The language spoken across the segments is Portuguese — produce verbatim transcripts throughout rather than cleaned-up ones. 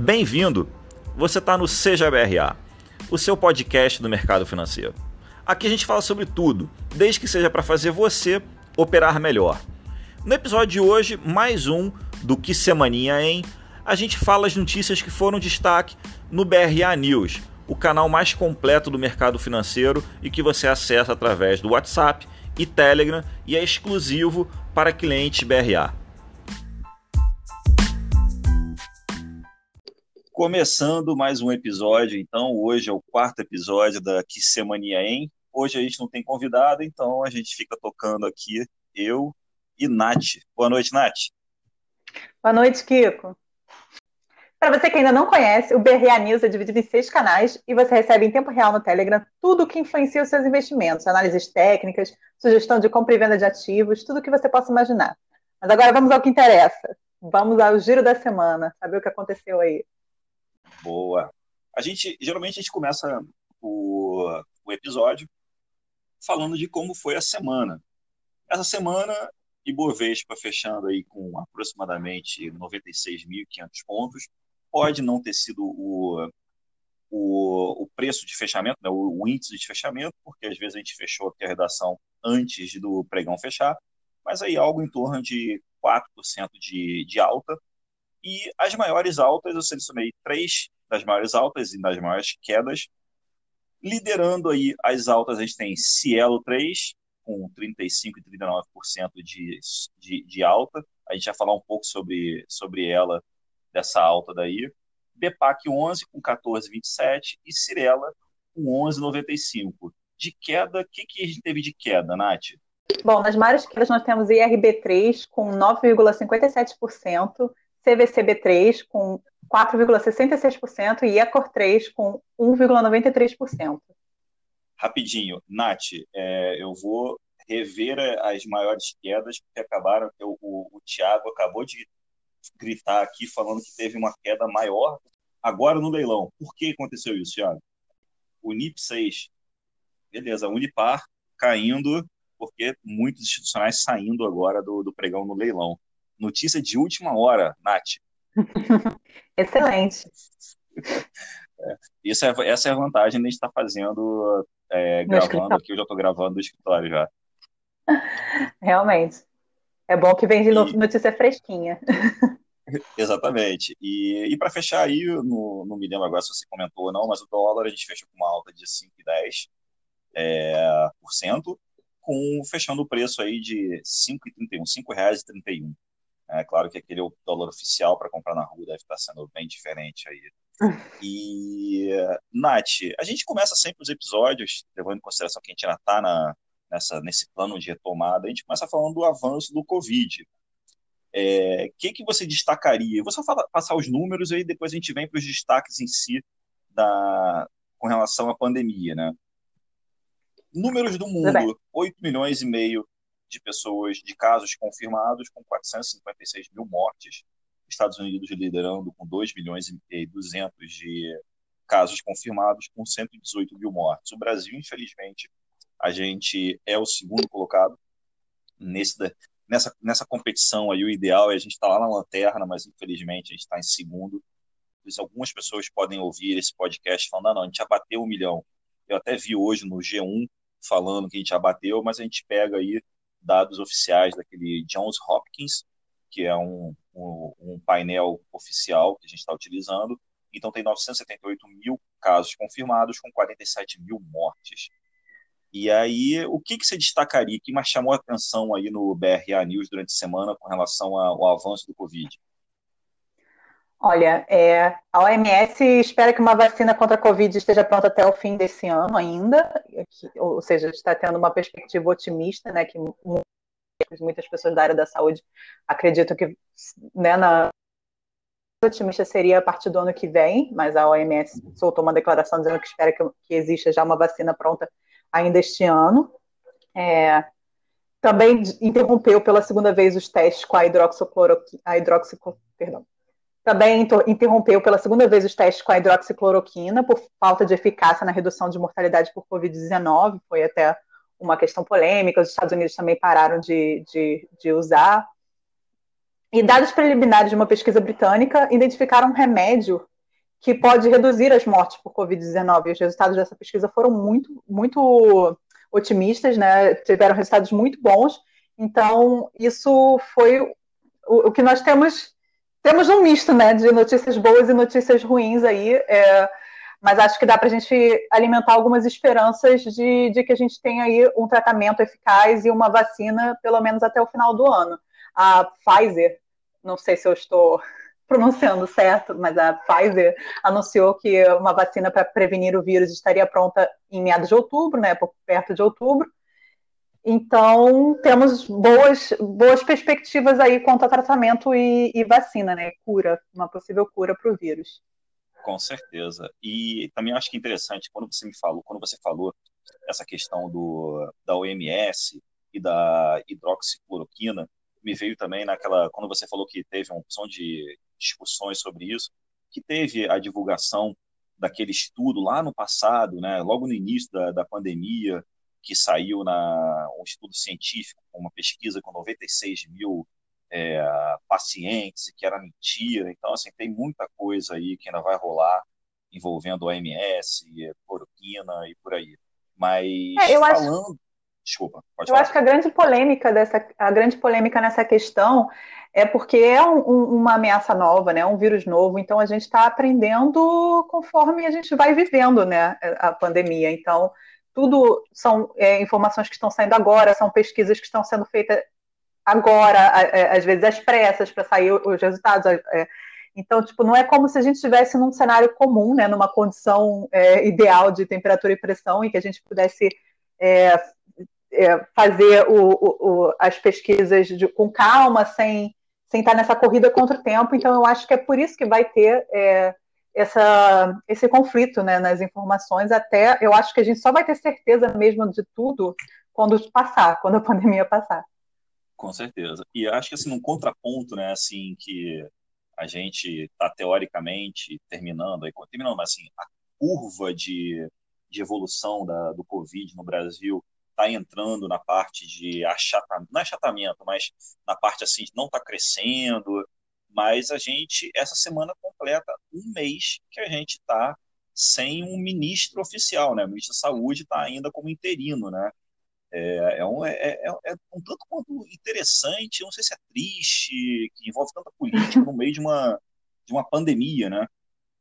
Bem-vindo! Você está no Seja B R A, o seu podcast do mercado financeiro. Aqui a gente fala sobre tudo, desde que seja para fazer você operar melhor. No episódio de hoje, mais um do Que Semaninha Em, a gente fala as notícias que foram destaque no B R A News, o canal mais completo do mercado financeiro e que você acessa através do WhatsApp e Telegram e é exclusivo para clientes B R A. Começando mais um episódio, então, hoje é o quarto episódio da Que Semaninha Em. Hoje a gente não tem convidado, então a gente fica tocando aqui, eu e Nath. Boa noite, Nath. Boa noite, Kiko. Para você que ainda não conhece, o B R A News é dividido em seis canais e você recebe em tempo real no Telegram tudo o que influencia os seus investimentos, análises técnicas, sugestão de compra e venda de ativos, tudo o que você possa imaginar. Mas agora vamos ao que interessa. Vamos ao giro da semana, saber o que aconteceu aí. Boa. A gente, geralmente a gente começa o, o episódio falando de como foi a semana. Essa semana, Ibovespa fechando aí com aproximadamente noventa e seis mil e quinhentos pontos. Pode não ter sido o, o, o preço de fechamento, né, o, o índice de fechamento, porque às vezes a gente fechou aqui a redação antes do pregão fechar, mas aí algo em torno de quatro por cento de, de alta. E as maiores altas, eu selecionei três das maiores altas e das maiores quedas. Liderando aí as altas, a gente tem Cielo três, com trinta e cinco por cento e trinta e nove por cento de, de, de alta. A gente vai falar um pouco sobre, sobre ela, dessa alta daí. Bepac onze, com quatorze vírgula vinte e sete, e Cyrela, com onze vírgula noventa e cinco. De queda, o que, que a gente teve de queda, Nath? Bom, nas maiores quedas nós temos I R B três com nove vírgula cinquenta e sete por cento, C V C B três com quatro vírgula sessenta e seis por cento e Ecor três com um vírgula noventa e três por cento. Rapidinho, Nath, é, eu vou rever as maiores quedas, porque acabaram, o, o, o Thiago acabou de gritar aqui falando que teve uma queda maior agora no leilão. Por que aconteceu isso, Thiago? O N I P seis, beleza, Unipar caindo, porque muitos institucionais saindo agora do, do pregão no leilão. Notícia de última hora, Nath. Excelente. É, isso é, essa é a vantagem de a gente estar fazendo, é, gravando aqui, eu já estou gravando no escritório já. Realmente. É bom que vem de E, notícia fresquinha. Exatamente. E, e para fechar aí, no, não me lembro agora se você comentou ou não, mas o dólar a gente fechou com uma alta de cinco vírgula dez por cento, é, com, fechando o preço aí de cinco vírgula trinta e um, cinco reais e trinta e um. É claro que aquele dólar oficial para comprar na rua deve estar sendo bem diferente aí. E, Nath, a gente começa sempre os episódios, levando em consideração que a gente ainda está na, nessa, nesse plano de retomada, a gente começa falando do avanço do Covid. O é, que, que você destacaria? Eu vou só falar, passar os números e aí depois a gente vem para os destaques em si da, com relação à pandemia, né? Números do mundo, oito milhões e meio de pessoas, de casos confirmados, com quatrocentos e cinquenta e seis mil mortes. Estados Unidos liderando com dois milhões e duzentos de casos confirmados, com cento e dezoito mil mortes. O Brasil, infelizmente, a gente é o segundo colocado nesse, nessa, nessa competição aí. O ideal é a gente estar lá na lanterna, mas infelizmente a gente está em segundo. Algumas pessoas podem ouvir esse podcast falando, ah, não, a gente já bateu um milhão. Eu até vi hoje no G um falando que a gente já bateu, mas a gente pega aí dados oficiais daquele Johns Hopkins, que é um, um, um painel oficial que a gente está utilizando. Então tem novecentos e setenta e oito mil casos confirmados, com quarenta e sete mil mortes. E aí, o que, que você destacaria, que mais chamou a atenção aí no B R A News durante a semana com relação ao avanço do Covid? Olha, é, a O M S espera que uma vacina contra a Covid esteja pronta até o fim desse ano ainda, ou seja, está tendo uma perspectiva otimista, né, que muitas pessoas da área da saúde acreditam que, né, na otimista seria a partir do ano que vem, mas a O M S soltou uma declaração dizendo que espera que, que exista já uma vacina pronta ainda este ano. É, também interrompeu pela segunda vez os testes com a hidroxicloroquina, a hidroxicloroquina, perdão. Também interrompeu pela segunda vez os testes com a hidroxicloroquina por falta de eficácia na redução de mortalidade por covid dezenove. Foi até uma questão polêmica. Os Estados Unidos também pararam de, de, de usar. E dados preliminares de uma pesquisa britânica identificaram um remédio que pode reduzir as mortes por covid dezenove. Os resultados dessa pesquisa foram muito, muito otimistas, né? Tiveram resultados muito bons. Então, isso foi o, o que nós temos. Temos um misto, né, de notícias boas e notícias ruins aí, é, mas acho que dá para a gente alimentar algumas esperanças de, de que a gente tenha aí um tratamento eficaz e uma vacina, pelo menos até o final do ano. A Pfizer, não sei se eu estou pronunciando certo, mas a Pfizer anunciou que uma vacina para prevenir o vírus estaria pronta em meados de outubro, né, por perto de outubro. Então, temos boas, boas perspectivas aí quanto a tratamento e, e vacina, né? Cura, uma possível cura para o vírus. Com certeza. E também acho que é interessante, quando você me falou, quando você falou essa questão do, da O M S e da hidroxicloroquina, me veio também naquela, quando você falou que teve uma opção de discussões sobre isso, que teve a divulgação daquele estudo lá no passado, né, logo no início da, da pandemia, que saiu na um estudo científico, uma pesquisa com noventa e seis mil é, pacientes, que era mentira. Então, assim, tem muita coisa aí que ainda vai rolar envolvendo o O M S, cloroquina e por aí. É, Mas eu acho, falando... Desculpa, pode eu falar. acho que a grande polêmica dessa, a grande polêmica nessa questão é porque é um, um, uma ameaça nova, né? Um vírus novo. Então a gente está aprendendo conforme a gente vai vivendo, né? A pandemia. Então tudo são é, informações que estão saindo agora, são pesquisas que estão sendo feitas agora, às vezes às pressas para sair os resultados. É. Então, tipo, não é como se a gente estivesse num cenário comum, né? Numa condição é, ideal de temperatura e pressão, em que a gente pudesse é, é, fazer o, o, o, as pesquisas de, com calma, sem, sem estar nessa corrida contra o tempo. Então, eu acho que é por isso que vai ter é, essa, esse conflito, né, nas informações. Até eu acho que a gente só vai ter certeza mesmo de tudo quando passar, quando a pandemia passar. Com certeza. E acho que, assim, num contraponto, né, assim, que a gente está teoricamente terminando, aí, terminando, mas assim, a curva de, de evolução da, do Covid no Brasil está entrando na parte de achatamento, não é achatamento, mas na parte assim, de não está crescendo, mas a gente, essa semana completa um mês que a gente está sem um ministro oficial, né? O ministro da Saúde está ainda como interino, né? É, é, um, é, é, é um tanto quanto interessante, eu não sei se é triste, que envolve tanta política no meio de uma, de uma pandemia, né?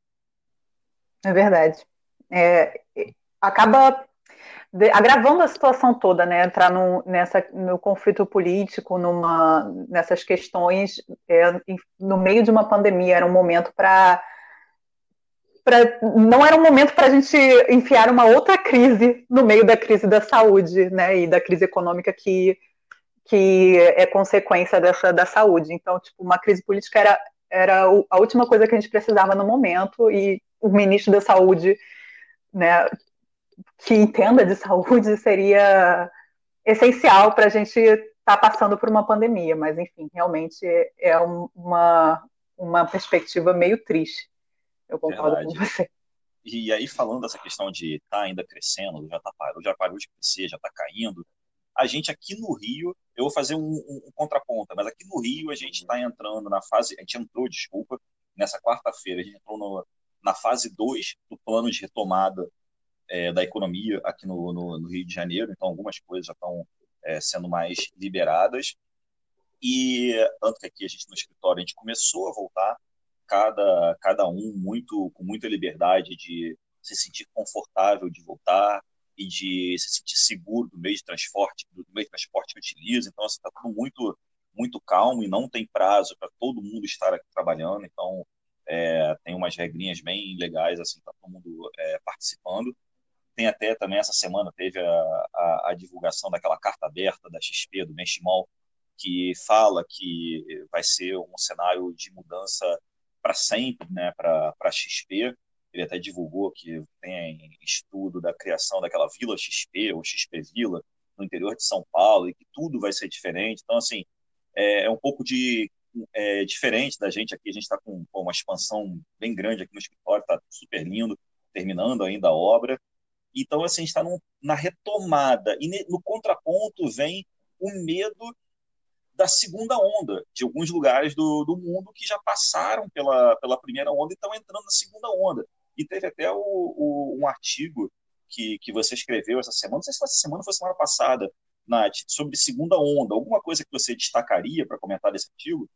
É verdade. É, acaba de, agravando a situação toda, né? Entrar no, nessa, no conflito político, numa, nessas questões, é, no meio de uma pandemia, era um momento para. Não era um momento para a gente enfiar uma outra crise no meio da crise da saúde, né? E da crise econômica que, que é consequência dessa da saúde. Então, tipo, uma crise política era, era a última coisa que a gente precisava no momento, e o ministro da Saúde, né, que entenda de saúde seria essencial para a gente estar tá passando por uma pandemia, mas enfim, realmente é um, uma, uma perspectiva meio triste. Eu concordo com Verdade. você. E aí, falando dessa questão de estar tá ainda crescendo, já, tá, parou, já parou de crescer, já está caindo, a gente aqui no Rio, eu vou fazer um, um, um contraponto, mas aqui no Rio a gente está entrando na fase, a gente entrou, desculpa, nessa quarta-feira, a gente entrou no, na fase dois do plano de retomada é, da economia aqui no, no, no Rio de Janeiro, então algumas coisas já estão é, sendo mais liberadas, e tanto que aqui a gente no escritório a gente começou a voltar, cada, cada um muito com muita liberdade de se sentir confortável de voltar e de se sentir seguro do meio de transporte, do meio de transporte que utiliza. Então, está assim, tudo muito, muito calmo e não tem prazo para todo mundo estar aqui trabalhando. Então, é, tem umas regrinhas bem legais, assim, está todo mundo é, participando. Tem até também essa semana teve a, a, a divulgação daquela carta aberta da X P, do Benchimol, que fala que vai ser um cenário de mudança para sempre, né, para a X P. Ele até divulgou que tem estudo da criação daquela Vila X P, ou X P Vila, no interior de São Paulo, e que tudo vai ser diferente. Então, assim, é, é um pouco de é, diferente da gente aqui. A gente está com pô, uma expansão bem grande aqui no escritório, está super lindo, terminando ainda a obra. Então, assim, a gente está na retomada. E no contraponto vem o medo da segunda onda, de alguns lugares do, do mundo que já passaram pela, pela primeira onda e estão entrando na segunda onda. E teve até o, o, um artigo que, que você escreveu essa semana, não sei se foi essa semana ou foi semana passada, Nath, sobre segunda onda. Alguma coisa que você destacaria para comentar desse artigo?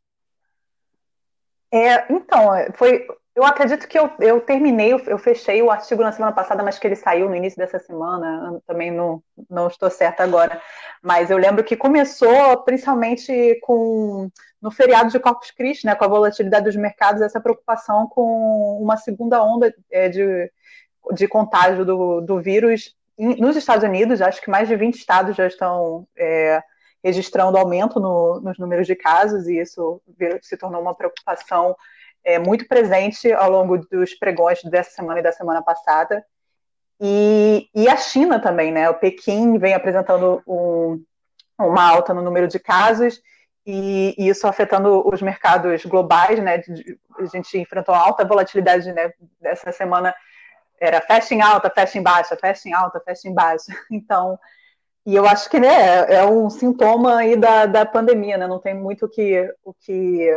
É, então, foi, eu acredito que eu, eu terminei, eu fechei o artigo na semana passada, mas que ele saiu no início dessa semana, eu também não, não estou certa agora. Mas eu lembro que começou principalmente com no feriado de Corpus Christi, né, com a volatilidade dos mercados, essa preocupação com uma segunda onda é, de, de contágio do, do vírus nos Estados Unidos. Acho que mais de vinte estados já estão é, registrando aumento no, nos números de casos, e isso se tornou uma preocupação é, muito presente ao longo dos pregões dessa semana e da semana passada. E, e a China também, né? O Pequim vem apresentando um, uma alta no número de casos, e, e isso afetando os mercados globais, né? A gente enfrentou alta volatilidade, né? Dessa semana era fecha em alta, fecha em baixa, fecha em alta, fecha em baixa. Então, e eu acho que, né, é um sintoma aí da, da pandemia, né? Não tem muito o que, o, que,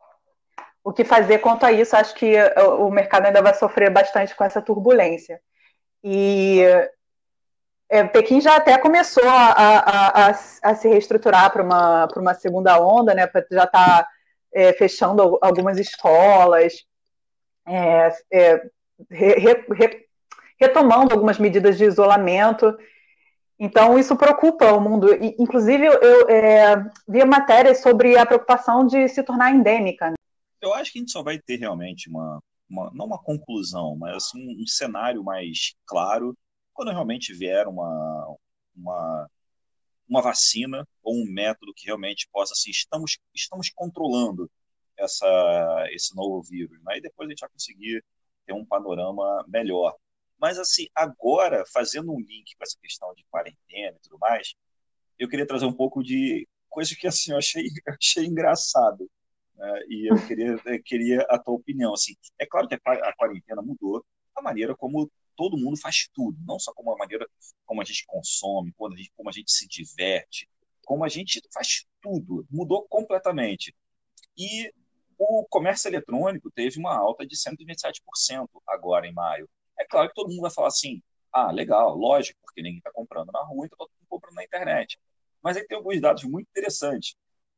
o que fazer quanto a isso. Acho que o mercado ainda vai sofrer bastante com essa turbulência. E é, Pequim já até começou a, a, a, a se reestruturar para uma, para uma segunda onda, né? Já está é, fechando algumas escolas, é, é, re, re, retomando algumas medidas de isolamento. Então, isso preocupa o mundo. Inclusive, eu é, vi matérias sobre a preocupação de se tornar endêmica. Né? Eu acho que a gente só vai ter realmente uma, uma não uma conclusão, mas assim, um, um cenário mais claro quando realmente vier uma, uma, uma vacina ou um método que realmente possa, assim, estamos, estamos controlando essa, esse novo vírus, né? E depois a gente vai conseguir ter um panorama melhor. Mas, assim, agora, fazendo um link com essa questão de quarentena e tudo mais, eu queria trazer um pouco de coisa que, assim, eu achei, eu achei engraçado, né? E eu queria, eu queria a tua opinião. Assim, é claro que a quarentena mudou a maneira como todo mundo faz tudo, não só como a maneira como a gente consome, como a gente, como a gente se diverte, como a gente faz tudo, mudou completamente. E o comércio eletrônico teve uma alta de cento e vinte e sete por cento agora em maio. É claro que todo mundo vai falar assim, ah, legal, lógico, porque ninguém está comprando na rua, então todo mundo comprando na internet. Mas aí tem alguns dados muito interessantes.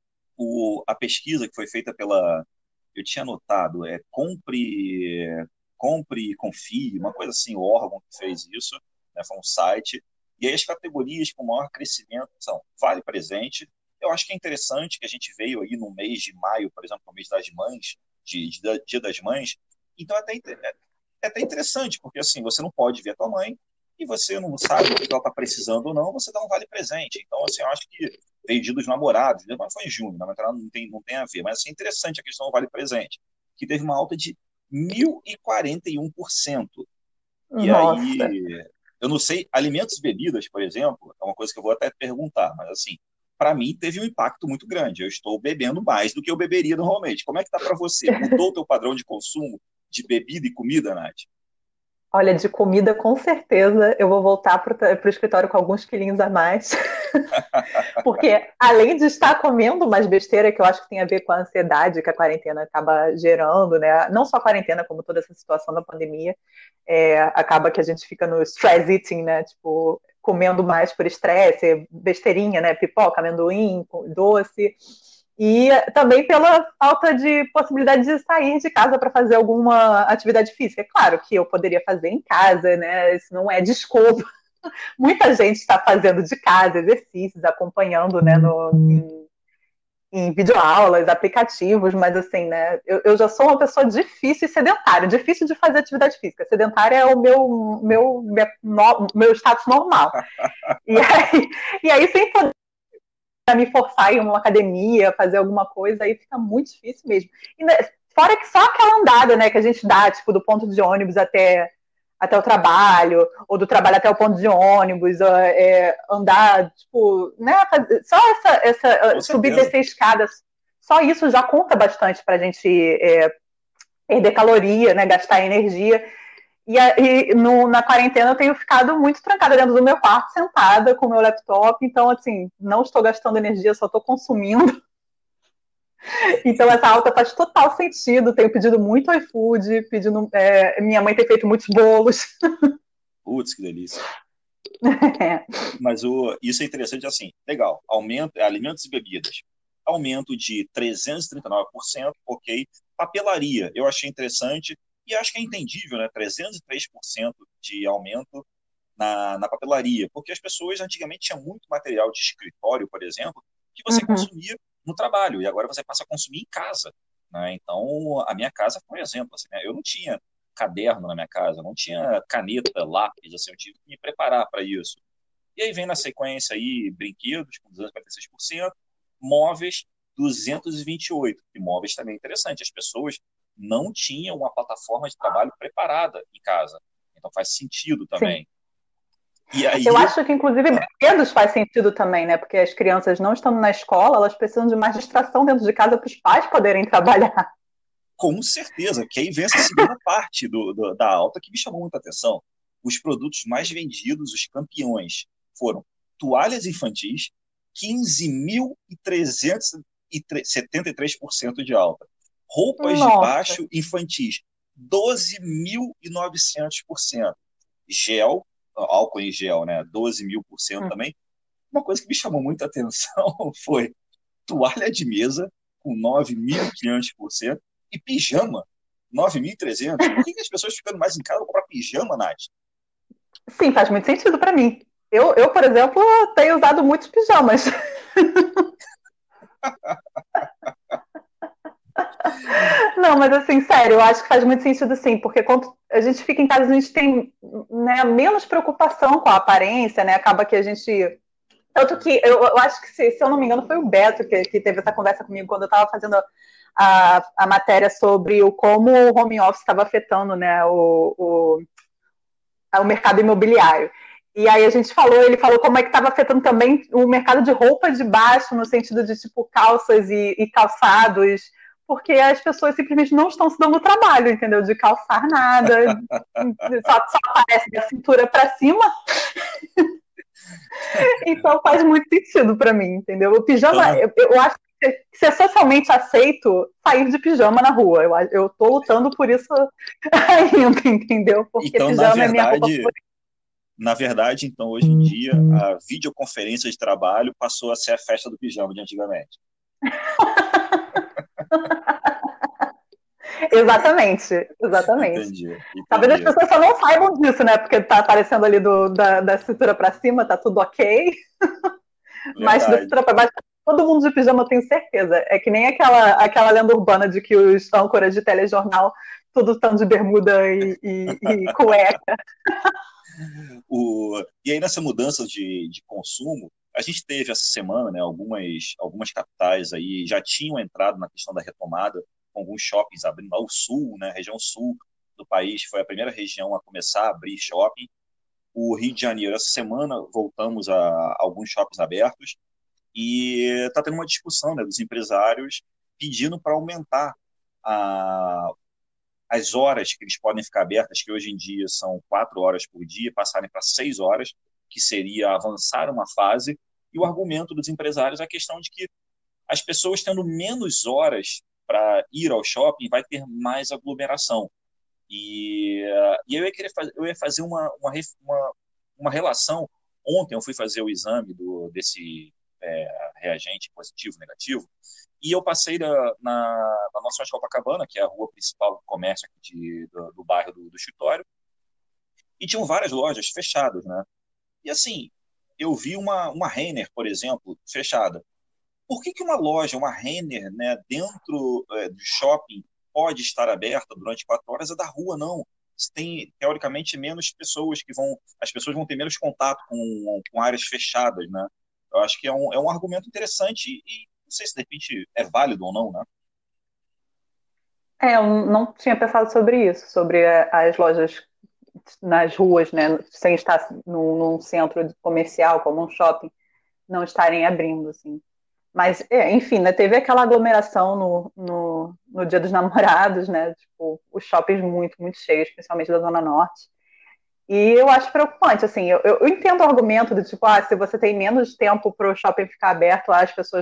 O, a pesquisa que foi feita pela, eu tinha anotado, é Compre, Compre e Confie, uma coisa assim, o órgão que fez isso, né, foi um site. E aí as categorias com maior crescimento são Vale Presente. Eu acho que é interessante que a gente veio aí no mês de maio, por exemplo, no mês das mães, de, de, de Dia das Mães. Então é até, é, é até interessante, porque assim, você não pode ver a tua mãe e você não sabe o que ela está precisando ou não, você dá um vale presente. Então, assim, eu acho que veio Dia dos Namorados, mas foi em junho, não tem, não tem a ver. Mas assim, é interessante a questão do vale presente, que teve uma alta de mil e quarenta e um por cento. E Nossa. aí, eu não sei, alimentos e bebidas, por exemplo, é uma coisa que eu vou até perguntar, mas assim, para mim teve um impacto muito grande. Eu estou bebendo mais do que eu beberia normalmente. Como é que tá para você? Mudou o teu padrão de consumo de bebida e comida, Nath? Olha, de comida, com certeza, eu vou voltar para o escritório com alguns quilinhos a mais. Porque, além de estar comendo mais besteira, que eu acho que tem a ver com a ansiedade que a quarentena acaba gerando, né? Não só a quarentena, como toda essa situação da pandemia, é, acaba que a gente fica no stress eating, né? Tipo, comendo mais por estresse, besteirinha, né? Pipoca, amendoim, doce. E também pela falta de possibilidade de sair de casa para fazer alguma atividade física. É claro que eu poderia fazer em casa, né? Isso não é desculpa. Muita gente está fazendo de casa exercícios, acompanhando, né, no, em, em videoaulas, aplicativos, mas assim, né, eu, eu já sou uma pessoa difícil e sedentária, difícil de fazer atividade física. Sedentária é o meu, meu, meu, meu status normal. E aí, e aí sem poder me forçar em uma academia, fazer alguma coisa, aí fica muito difícil mesmo. E, fora que só aquela andada, né, que a gente dá, tipo, do ponto de ônibus até, até o trabalho, ou do trabalho até o ponto de ônibus, é, andar, tipo, né, só essa, essa subir e descer escadas, só isso já conta bastante pra gente é, perder caloria, né, gastar energia. E, e no, na quarentena eu tenho ficado muito trancada dentro do meu quarto, sentada com o meu laptop. Então, assim, não estou gastando energia, só estou consumindo. Então essa alta faz total sentido. Tenho pedido muito iFood, pedindo, é, minha mãe tem feito muitos bolos. Putz, que delícia. É. Mas o, isso é interessante assim, legal, aumento, é, alimentos e bebidas, aumento de trezentos e trinta e nove por cento, ok. Papelaria, eu achei interessante e acho que é entendível, né? trezentos e três por cento de aumento na, na papelaria, porque as pessoas antigamente tinham muito material de escritório, por exemplo, que você Uhum. consumia no trabalho e agora você passa a consumir em casa, né? Então, a minha casa foi um exemplo, assim, né? Eu não tinha caderno na minha casa, não tinha caneta, lápis, assim, eu tive que me preparar para isso. E aí vem na sequência aí brinquedos com duzentos e quarenta e seis por cento, móveis duzentos e vinte e oito por cento. E móveis também é interessante. As pessoas não tinham uma plataforma de trabalho preparada em casa. Então faz sentido Sim. também. E Eu aí, acho que, inclusive, brinquedos faz sentido também, né? Porque as crianças não estando na escola, elas precisam de mais distração dentro de casa para os pais poderem trabalhar. com certeza, que aí vem essa segunda parte do, do, da alta que me chamou muita atenção. Os produtos mais vendidos, os campeões, foram toalhas infantis, quinze mil trezentos e setenta e três por cento de alta. Roupas de Nossa. baixo infantis, doze mil e novecentos por cento. Gel, álcool em gel, né? doze mil por cento Hum. também. Uma coisa que me chamou muita atenção foi toalha de mesa, com nove mil e quinhentos por cento, e pijama, nove mil e trezentos por cento. Por que, que as pessoas ficando mais em casa vão comprar pijama, Nath? Sim, faz muito sentido para mim. Eu, eu, por exemplo, tenho usado muitos pijamas. Não, mas assim, sério, eu acho que faz muito sentido sim, porque quando a gente fica em casa, a gente tem, né, menos preocupação com a aparência, né? Acaba que a gente. Tanto que eu, eu acho que, se, se eu não me engano, foi o Beto que, que teve essa conversa comigo quando eu estava fazendo a, a matéria sobre o como o home office estava afetando, né, o, o, o mercado imobiliário. E aí a gente falou, ele falou como é que estava afetando também o mercado de roupa de baixo, no sentido de tipo calças e, e calçados, porque as pessoas simplesmente não estão se dando trabalho, entendeu? De calçar nada, só, só aparece da cintura para cima. Então faz muito sentido para mim, entendeu? O pijama, Então, eu, eu acho que se é socialmente aceito sair de pijama na rua. Eu, eu tô lutando por isso ainda, entendeu? Porque então, na pijama é minha roupa verdade, favorita. na verdade, então, hoje em dia, a videoconferência de trabalho passou a ser a festa do pijama de antigamente. Exatamente, exatamente. Entendi, Talvez as entendi. pessoas só não saibam disso, né? Porque tá aparecendo ali do, da, da cintura para cima, tá tudo ok. Mas da Verdade. cintura para baixo, todo mundo de pijama, eu tenho certeza. É que nem aquela, aquela lenda urbana de que os âncoras de telejornal tudo estão de bermuda e, e, e cueca. O, e aí, nessa mudança de, de consumo, a gente teve essa semana, né, algumas, algumas capitais aí já tinham entrado na questão da retomada, com alguns shoppings abrindo ao sul, né, região sul do país, foi a primeira região a começar a abrir shopping. O Rio de Janeiro, essa semana, voltamos a, a alguns shoppings abertos e está tendo uma discussão, né, dos empresários pedindo para aumentar a, as horas que eles podem ficar abertas, que hoje em dia são quatro horas por dia, passarem para seis horas, que seria avançar uma fase. E o argumento dos empresários é a questão de que as pessoas tendo menos horas para ir ao shopping vai ter mais aglomeração. E, e eu, ia querer fazer, eu ia fazer uma, uma, uma, uma relação. Ontem eu fui fazer o exame do, desse é, reagente positivo, negativo, e eu passei na, na, na Nossa Senhora de Copacabana, que é a rua principal do comércio aqui de, do, do bairro do, do escritório, e tinham várias lojas fechadas, né? E assim, eu vi uma, uma Renner, por exemplo, fechada. Por que, que uma loja, uma Renner, né, dentro é, do shopping pode estar aberta durante quatro horas, a da rua não? Tem, teoricamente, menos pessoas que vão... As pessoas vão ter menos contato com, com áreas fechadas, né? Eu acho que é um, é um argumento interessante e, e não sei se, de repente, é válido ou não, né? É, eu não tinha pensado sobre isso, sobre as lojas nas ruas, né, sem estar num, num centro comercial, como um shopping, não estarem abrindo, assim. Mas, é, enfim, né, teve aquela aglomeração no, no, no Dia dos Namorados, né? Tipo, os shoppings muito, muito cheios, especialmente da Zona Norte. E eu acho preocupante, assim, eu, eu entendo o argumento do tipo, ah, se você tem menos tempo para o shopping ficar aberto, as pessoas vão,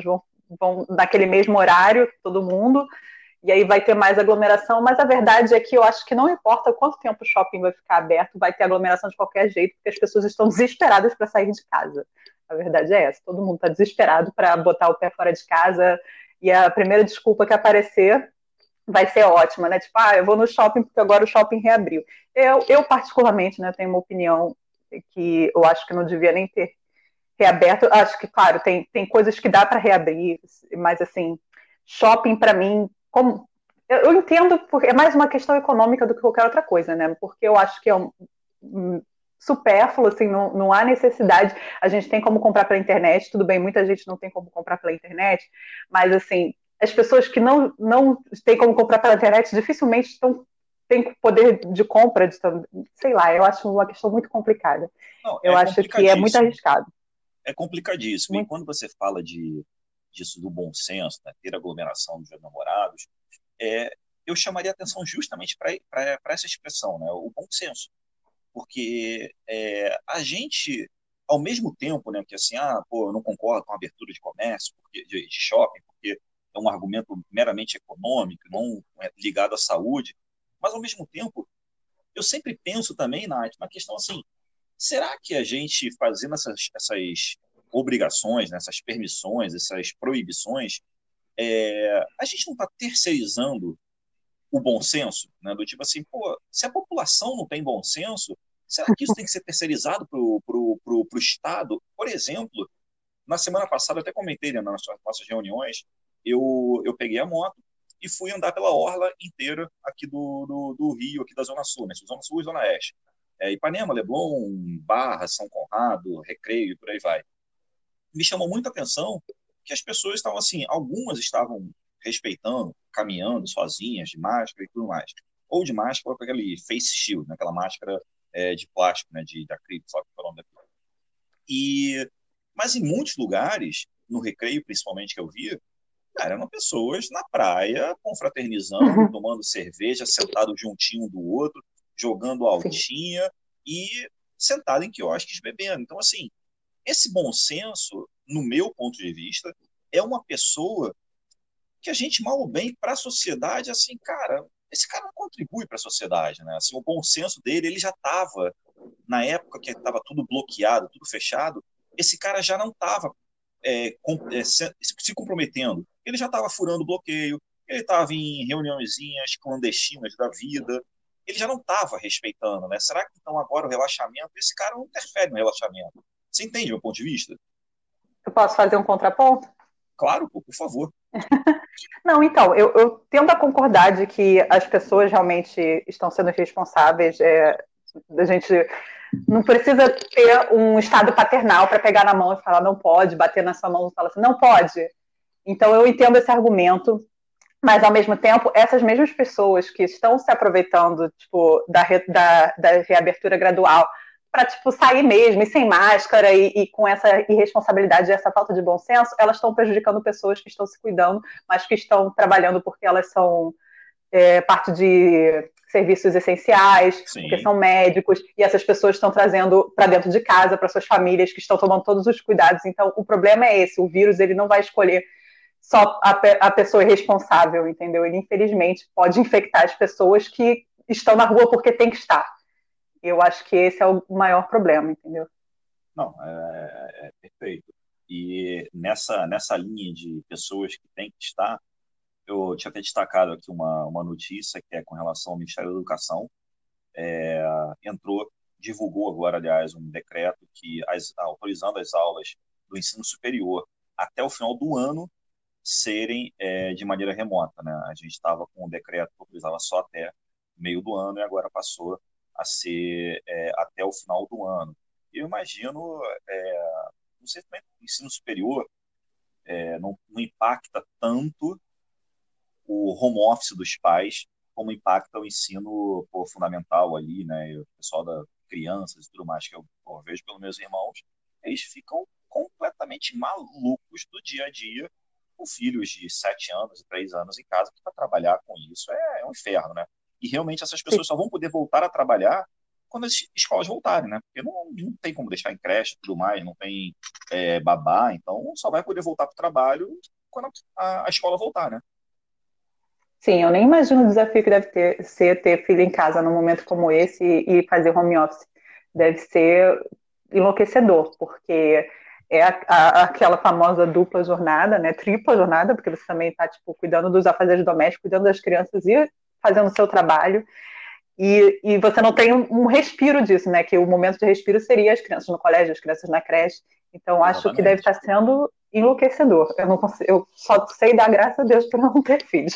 vão naquele mesmo horário, todo mundo, e aí vai ter mais aglomeração, mas a verdade é que eu acho que não importa quanto tempo o shopping vai ficar aberto, vai ter aglomeração de qualquer jeito, porque as pessoas estão desesperadas para sair de casa. A verdade é essa, todo mundo está desesperado para botar o pé fora de casa, e a primeira desculpa que aparecer vai ser ótima, né? Tipo, ah, eu vou no shopping porque agora o shopping reabriu. Eu, eu particularmente, né, tenho uma opinião que eu acho que não devia nem ter reaberto. Acho que, claro, tem, tem coisas que dá para reabrir, mas, assim, shopping, para mim, como, eu, eu entendo, porque é mais uma questão econômica do que qualquer outra coisa, né? Porque eu acho que é um, um supérfluo, assim, não, não há necessidade. A gente tem como comprar pela internet, tudo bem, muita gente não tem como comprar pela internet, mas, assim, as pessoas que não, não têm como comprar pela internet dificilmente estão, têm poder de compra, de, sei lá, eu acho uma questão muito complicada. Não, Eu é acho que é muito complicadíssimo. arriscado. É complicadíssimo. E Muito. quando você fala de, disso do bom senso, né, ter aglomeração dos namorados, é, eu chamaria atenção justamente para essa expressão, né, o bom senso. Porque é, a gente, ao mesmo tempo, né, que assim, ah, pô, eu não concordo com a abertura de comércio, porque, de, de shopping, porque é um argumento meramente econômico, não é ligado à saúde, mas ao mesmo tempo, eu sempre penso também, Nath, na questão assim, será que a gente fazendo essas, essas obrigações, né, essas permissões, essas proibições, é, a gente não está terceirizando o bom senso, né? Do tipo assim, pô, se a população não tem bom senso, será que isso tem que ser terceirizado para o pro, pro, pro Estado? Por exemplo, na semana passada, eu até comentei, né, nas nossas reuniões, eu, eu peguei a moto e fui andar pela orla inteira aqui do, do, do Rio, aqui da Zona Sul, né? Zona Sul e Zona Oeste. É, Ipanema, Leblon, Barra, São Conrado, Recreio e por aí vai. Me chamou muita atenção que as pessoas estavam assim, algumas estavam respeitando, caminhando sozinhas, de máscara e tudo mais. Ou de máscara com aquele face shield, né? Aquela máscara é, de plástico, né? De, de acrílico, sabe o nome daquilo. E, mas em muitos lugares, no Recreio principalmente que eu via, cara, eram pessoas na praia, confraternizando, Uhum. tomando cerveja, sentado juntinho um do outro, jogando Sim. altinha e sentado em quiosques bebendo. Então, assim, esse bom senso, no meu ponto de vista, é uma pessoa que a gente, mal ou bem, para a sociedade, assim, cara, esse cara não contribui para a sociedade, né? Assim, o bom senso dele, ele já estava, na época que estava tudo bloqueado, tudo fechado, esse cara já não estava é, é, se, se comprometendo. Ele já estava furando o bloqueio, ele estava em reuniõezinhas clandestinas da vida, ele já não estava respeitando, né? Será que então agora o relaxamento, esse cara não interfere no relaxamento? Você entende o meu ponto de vista? Eu posso fazer um contraponto? Claro, pô, por favor. Não, então, eu, eu tendo a concordar de que as pessoas realmente estão sendo responsáveis. É, a gente não precisa ter um estado paternal para pegar na mão e falar não pode, bater na sua mão e falar assim, não pode. Então, eu entendo esse argumento, mas, ao mesmo tempo, essas mesmas pessoas que estão se aproveitando tipo, da, re, da, da reabertura gradual para tipo, sair mesmo, e sem máscara, e, e com essa irresponsabilidade, essa falta de bom senso, elas estão prejudicando pessoas que estão se cuidando, mas que estão trabalhando porque elas são é, parte de serviços essenciais, porque Sim. são médicos, e essas pessoas estão trazendo para dentro de casa, para suas famílias, que estão tomando todos os cuidados. Então, o problema é esse, o vírus ele não vai escolher só a, a pessoa irresponsável, entendeu? Ele, infelizmente, pode infectar as pessoas que estão na rua porque tem que estar. Eu acho que esse é o maior problema, entendeu? Não, é, é perfeito. E nessa, nessa linha de pessoas que têm que estar, eu tinha até destacado aqui uma, uma notícia que é com relação ao Ministério da Educação. É, entrou, divulgou agora, aliás, um decreto que as, autorizando as aulas do ensino superior até o final do ano serem é, de maneira remota, né? A gente estava com um decreto que autorizava só até meio do ano e agora passou a ser é, até o final do ano. Eu imagino, é, não sei como é que o ensino superior é, não, não impacta tanto o home office dos pais como impacta o ensino pô, fundamental ali, né? E o pessoal da crianças e tudo mais que eu pô, vejo pelos meus irmãos, eles ficam completamente malucos do dia a dia com filhos de sete anos e três anos em casa, que para trabalhar com isso é, é um inferno, né? E realmente essas Sim. pessoas só vão poder voltar a trabalhar quando as escolas voltarem, né? Porque não, não tem como deixar em creche e tudo mais, não tem é, babá, então só vai poder voltar para o trabalho quando a, a escola voltar, né? Sim, eu nem imagino o desafio que deve ter, ser ter filho em casa num momento como esse e, e fazer home office. Deve ser enlouquecedor, porque é a, a, aquela famosa dupla jornada, né? Tripla jornada, porque você também está tipo, cuidando dos afazeres domésticos, cuidando das crianças e fazendo o seu trabalho. E, e você não tem um, um respiro disso, né? Que o momento de respiro seria as crianças no colégio, as crianças na creche. Então, acho que deve Exatamente. estar sendo enlouquecedor. Eu, não consigo, eu só sei dar graças a Deus por não ter filhos.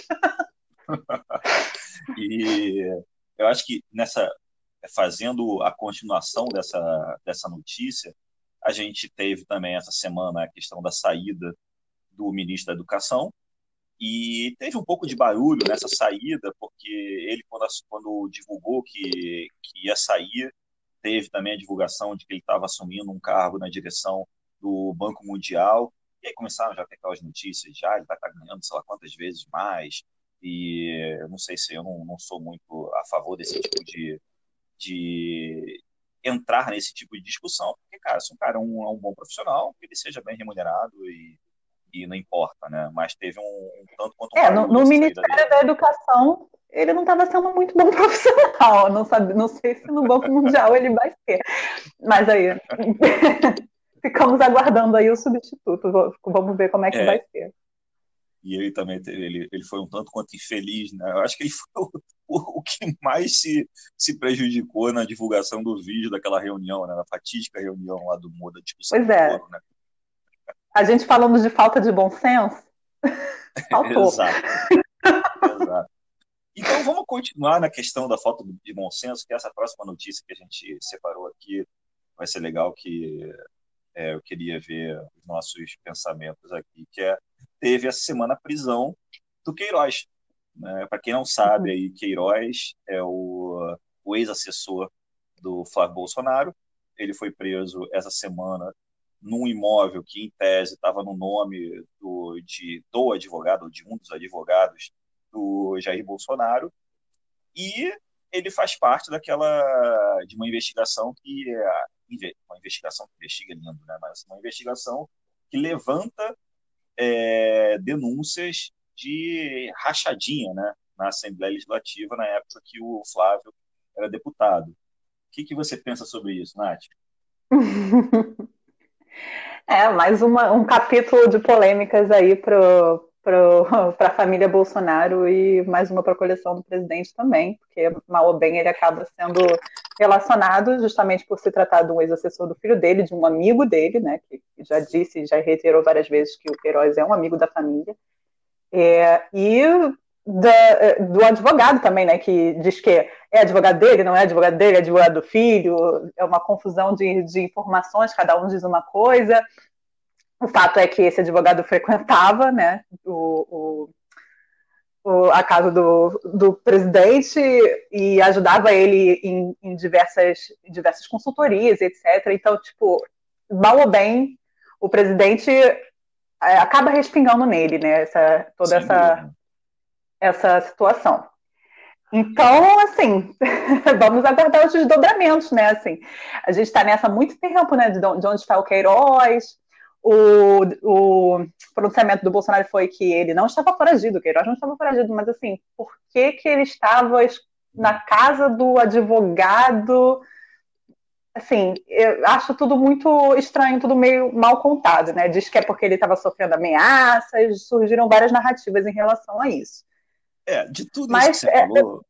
E eu acho que nessa, fazendo a continuação dessa, dessa notícia, a gente teve também essa semana a questão da saída do ministro da Educação, e teve um pouco de barulho nessa saída, porque ele, quando, quando divulgou que, que ia sair, teve também a divulgação de que ele estava assumindo um cargo na direção do Banco Mundial, e aí começaram já a ter aquelas notícias, já ele vai estar ganhando sei lá quantas vezes mais, e eu não sei se eu não, não sou muito a favor desse tipo de, de entrar nesse tipo de discussão, porque, cara, se um cara é um, é um bom profissional, que ele seja bem remunerado e, e não importa, né? Mas teve um, um tanto quanto um É, no, barulho no essa saída dele. Ministério da Educação, ele não estava sendo muito bom profissional. Não, sabe, não sei se no Banco Mundial ele vai ser. Mas aí, ficamos aguardando aí o substituto. Vamos ver como é que vai É, ser. e ele também teve, ele, ele foi um tanto quanto infeliz, né? Eu acho que ele foi o, o, o que mais se, se prejudicou na divulgação do vídeo daquela reunião, né? Na fatídica reunião lá do Muro, da discussão Pois do é, Moro, né? a gente falando de falta de bom senso, faltou. Exato, exato. Então vamos continuar na questão da falta de bom senso, que essa próxima notícia que a gente separou aqui vai ser legal, que é, eu queria ver os nossos pensamentos aqui, que é, teve essa semana a prisão do Queiroz. Né? Para quem não sabe, aí, Queiroz é o, o ex-assessor do Flávio Bolsonaro. Ele foi preso essa semana num imóvel que, em tese, estava no nome do, de, do advogado, ou de um dos advogados do Jair Bolsonaro, e ele faz parte daquela de uma investigação que é uma investigação que investiga é lindo, né? Mas uma investigação que levanta é, denúncias de rachadinha, né? Na Assembleia Legislativa na época que o Flávio era deputado. O que, que você pensa sobre isso, Nath? É, mais uma, um capítulo de polêmicas aí para a família Bolsonaro e mais uma para a coleção do presidente também, porque mal ou bem ele acaba sendo relacionado justamente por se tratar de um ex-assessor do filho dele, de um amigo dele, né, que já disse, já reiterou várias vezes que o Queiroz é um amigo da família, é, e da, do advogado também, né, que diz que é advogado dele, não é advogado dele, é advogado do filho, é uma confusão de, de informações, cada um diz uma coisa. O fato é que esse advogado frequentava, né, o, o, o, a casa do, do presidente e ajudava ele em, em diversas, diversas consultorias, etcétera. Então, tipo, mal ou bem, o presidente é, acaba respingando nele, né, essa, toda Sem essa, dúvida. essa situação. Então, assim, vamos aguardar os desdobramentos, né? Assim, a gente está nessa há muito tempo, né? De onde está o Queiroz. O, o pronunciamento do Bolsonaro foi que ele não estava foragido, o Queiroz não estava foragido, mas assim, por que, que ele estava na casa do advogado? Assim, eu acho tudo muito estranho, tudo meio mal contado, né? Diz que é porque ele estava sofrendo ameaças, surgiram várias narrativas em relação a isso. É, de tudo isso que Mas você é, falou,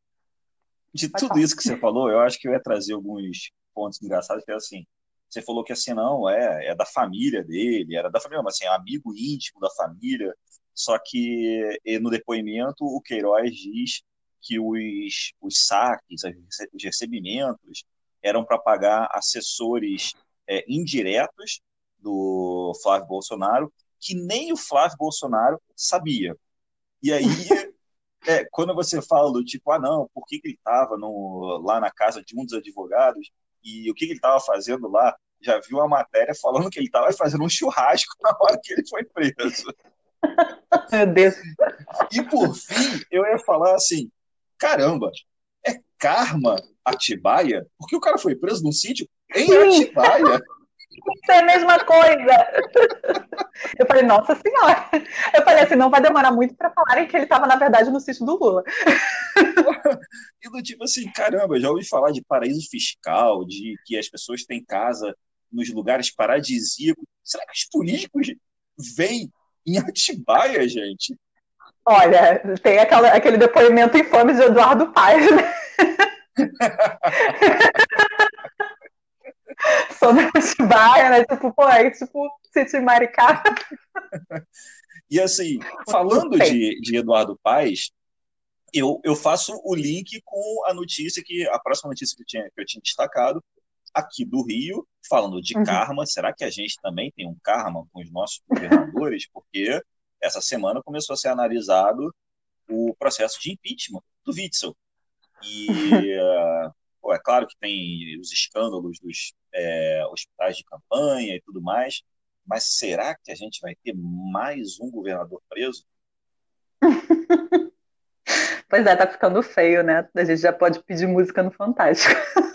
de pode tudo falar. isso que você falou, eu acho que eu ia trazer alguns pontos engraçados, que é assim, você falou que assim, não, é, é da família dele, era da família, mas assim, é amigo íntimo da família, só que no depoimento o Queiroz diz que os, os saques, os recebimentos eram para pagar assessores é, indiretos do Flávio Bolsonaro, que nem o Flávio Bolsonaro sabia. E aí é, quando você fala do tipo, ah, não, por que, que ele estava lá na casa de um dos advogados e o que, que ele estava fazendo lá? Já viu a matéria falando que ele estava fazendo um churrasco na hora que ele foi preso. Meu Deus. E por fim, eu ia falar assim: caramba, é karma Atibaia? Porque o cara foi preso num sítio em Sim, Atibaia. é a mesma coisa. Eu falei, nossa senhora. Eu falei assim, não vai demorar muito para falarem que ele estava, na verdade, no sítio do Lula. E do tipo assim, caramba, já ouvi falar de paraíso fiscal, de que as pessoas têm casa nos lugares paradisíacos. Será que os políticos vêm em Atibaia, gente? Olha, tem aquela, aquele depoimento infame de Eduardo Paes, né? Sobre Atibaia, né? Tipo, pô, aí, tipo, sítio em Maricá. E assim, Não falando sei. de, de Eduardo Paes, eu, eu faço o link com a notícia que, a próxima notícia que eu tinha, que eu tinha destacado, aqui do Rio, falando de Uhum. karma. Será que a gente também tem um karma com os nossos governadores? Porque essa semana começou a ser analisado o processo de impeachment do Witzel. E, uh, pô, é claro que tem os escândalos dos é, hospitais de campanha e tudo mais, mas será que a gente vai ter mais um governador preso? Pois é, tá ficando feio, né? A gente já pode pedir música no Fantástico.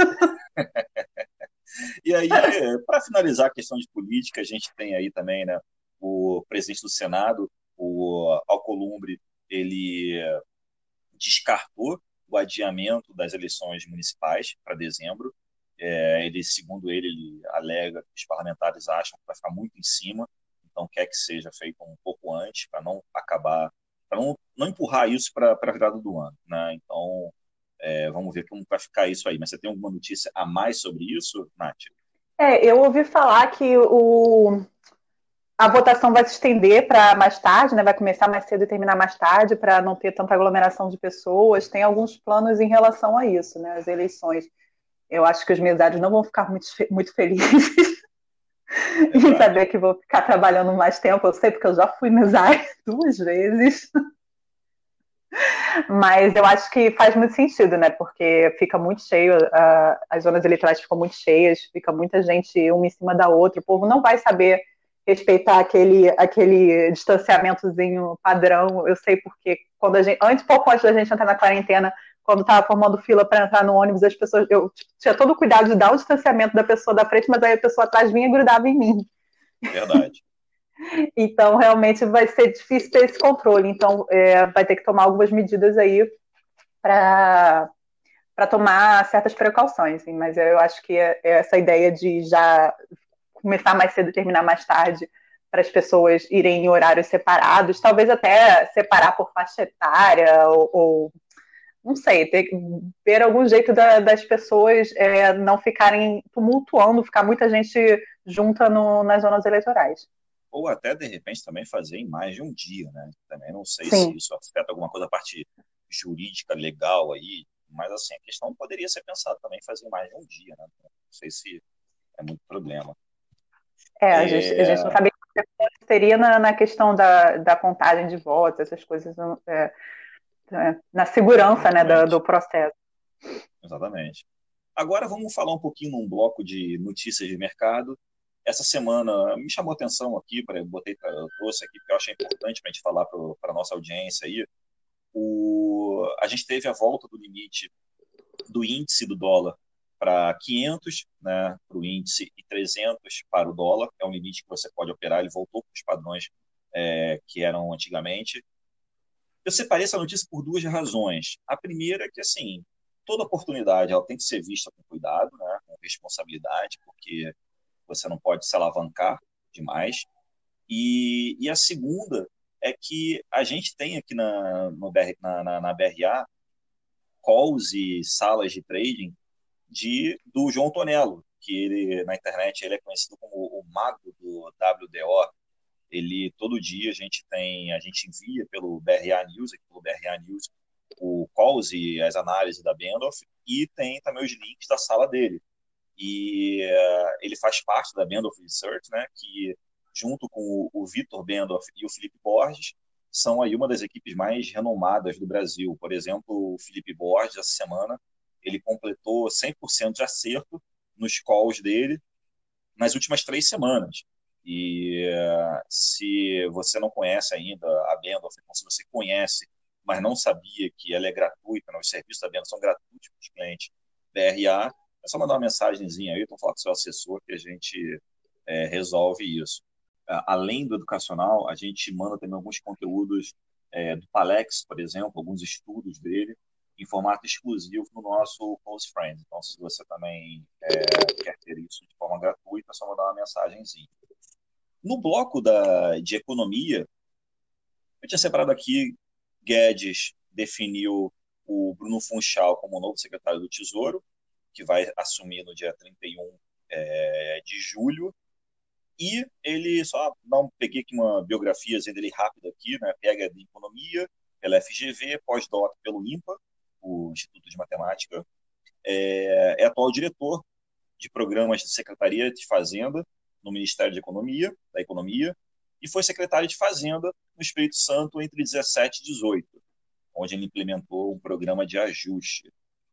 E aí, para finalizar a questão de política, a gente tem aí também, né, o presidente do Senado, o Alcolumbre, ele descartou o adiamento das eleições municipais para dezembro. É, ele, segundo ele, ele alega que os parlamentares acham que vai ficar muito em cima, então quer que seja feito um pouco antes, para não acabar, para não, não empurrar isso para a virada do ano. Né? Então, é, vamos ver como vai ficar isso aí. Mas você tem alguma notícia a mais sobre isso, Nath? É, eu ouvi falar que o, a votação vai se estender para mais tarde, né? Vai começar mais cedo e terminar mais tarde, para não ter tanta aglomeração de pessoas. Tem alguns planos em relação a isso, né? As eleições. Eu acho que os mesários não vão ficar muito, muito felizes É em verdade. saber que vou ficar trabalhando mais tempo. Eu sei porque eu já fui mesária duas vezes. Mas eu acho que faz muito sentido, né? Porque fica muito cheio, uh, as zonas eleitorais ficam muito cheias, fica muita gente uma em cima da outra. O povo não vai saber respeitar aquele, aquele distanciamentozinho padrão. Eu sei porque quando a gente, antes, pouco antes da gente entrar na quarentena, quando estava formando fila para entrar no ônibus, as pessoas, eu tinha todo o cuidado de dar o distanciamento da pessoa da frente, mas aí a pessoa atrás vinha e grudava em mim. Verdade. Então, realmente vai ser difícil ter esse controle. Então, é, vai ter que tomar algumas medidas aí para para tomar certas precauções, assim, mas eu acho que é, é essa ideia de já começar mais cedo e terminar mais tarde, para as pessoas irem em horários separados, talvez até separar por faixa etária, ou, ou não sei, ter, ver algum jeito da, das pessoas é, não ficarem tumultuando, ficar muita gente junta no, nas zonas eleitorais. Ou até, de repente, também fazer em mais de um dia, né? Também não sei se Sim. isso afeta alguma coisa, a parte jurídica, legal aí, mas assim, a questão poderia ser pensada também em fazer em mais de um dia, né? Não sei se é muito problema. É, a gente, a gente não É, sabia que seria na, na questão da, da contagem de votos, essas coisas, é, é, na segurança, né, do, do exatamente, processo. exatamente. Agora vamos falar um pouquinho num bloco de notícias de mercado. Essa semana me chamou a atenção aqui, para eu botei, pra, eu trouxe aqui, porque eu achei importante para a gente falar para a nossa audiência aí. O, a gente teve a volta do limite do índice do dólar para quinhentos, né, para o índice, e trezentos para o dólar. É um limite que você pode operar, ele voltou para os padrões é, que eram antigamente. Eu separei essa notícia por duas razões. A primeira é que, assim, toda oportunidade ela tem que ser vista com cuidado, né, com responsabilidade, porque você não pode se alavancar demais. E, e a segunda é que a gente tem aqui na, no B R, na, na, na B R A calls e salas de trading de, do João Tonello, que ele na internet ele é conhecido como o mago do W D O. Ele todo dia a gente tem, a gente envia pelo B R A News, aqui pelo B R A News, o calls e as análises da Bendoff, e tem também os links da sala dele. E uh, ele faz parte da Bendoff Research, né, que junto com o, o Vitor Bendoff e o Felipe Borges, são aí uma das equipes mais renomadas do Brasil. Por exemplo, o Felipe Borges, essa semana, ele completou cem por cento de acerto nos calls dele nas últimas três semanas. E uh, se você não conhece ainda a Bendoff, então, se você conhece, mas não sabia que ela é gratuita, né, os serviços da Bendoff são gratuitos para os clientes B R A, é só mandar uma mensagenzinha aí, então falar com o seu assessor que a gente é, resolve isso. além do educacional, a gente manda também alguns conteúdos é, do Palex, por exemplo, alguns estudos dele, em formato exclusivo no nosso Close Friends. Então, se você também é, quer ter isso de forma gratuita, é só mandar uma mensagenzinha. No bloco da, de economia, eu tinha separado aqui, Guedes definiu o Bruno Funchal como novo secretário do Tesouro, que vai assumir no dia trinta e um é, de julho. E ele, só dá um, peguei aqui uma biografia dele rápida aqui, né? P H D em Economia, pela F G V, pós-doc pelo INPA, o Instituto de Matemática. É, é atual diretor de programas de Secretaria de Fazenda no Ministério de Economia, da Economia, e foi secretário de Fazenda no Espírito Santo entre dezessete e dezoito, onde ele implementou um programa de ajuste.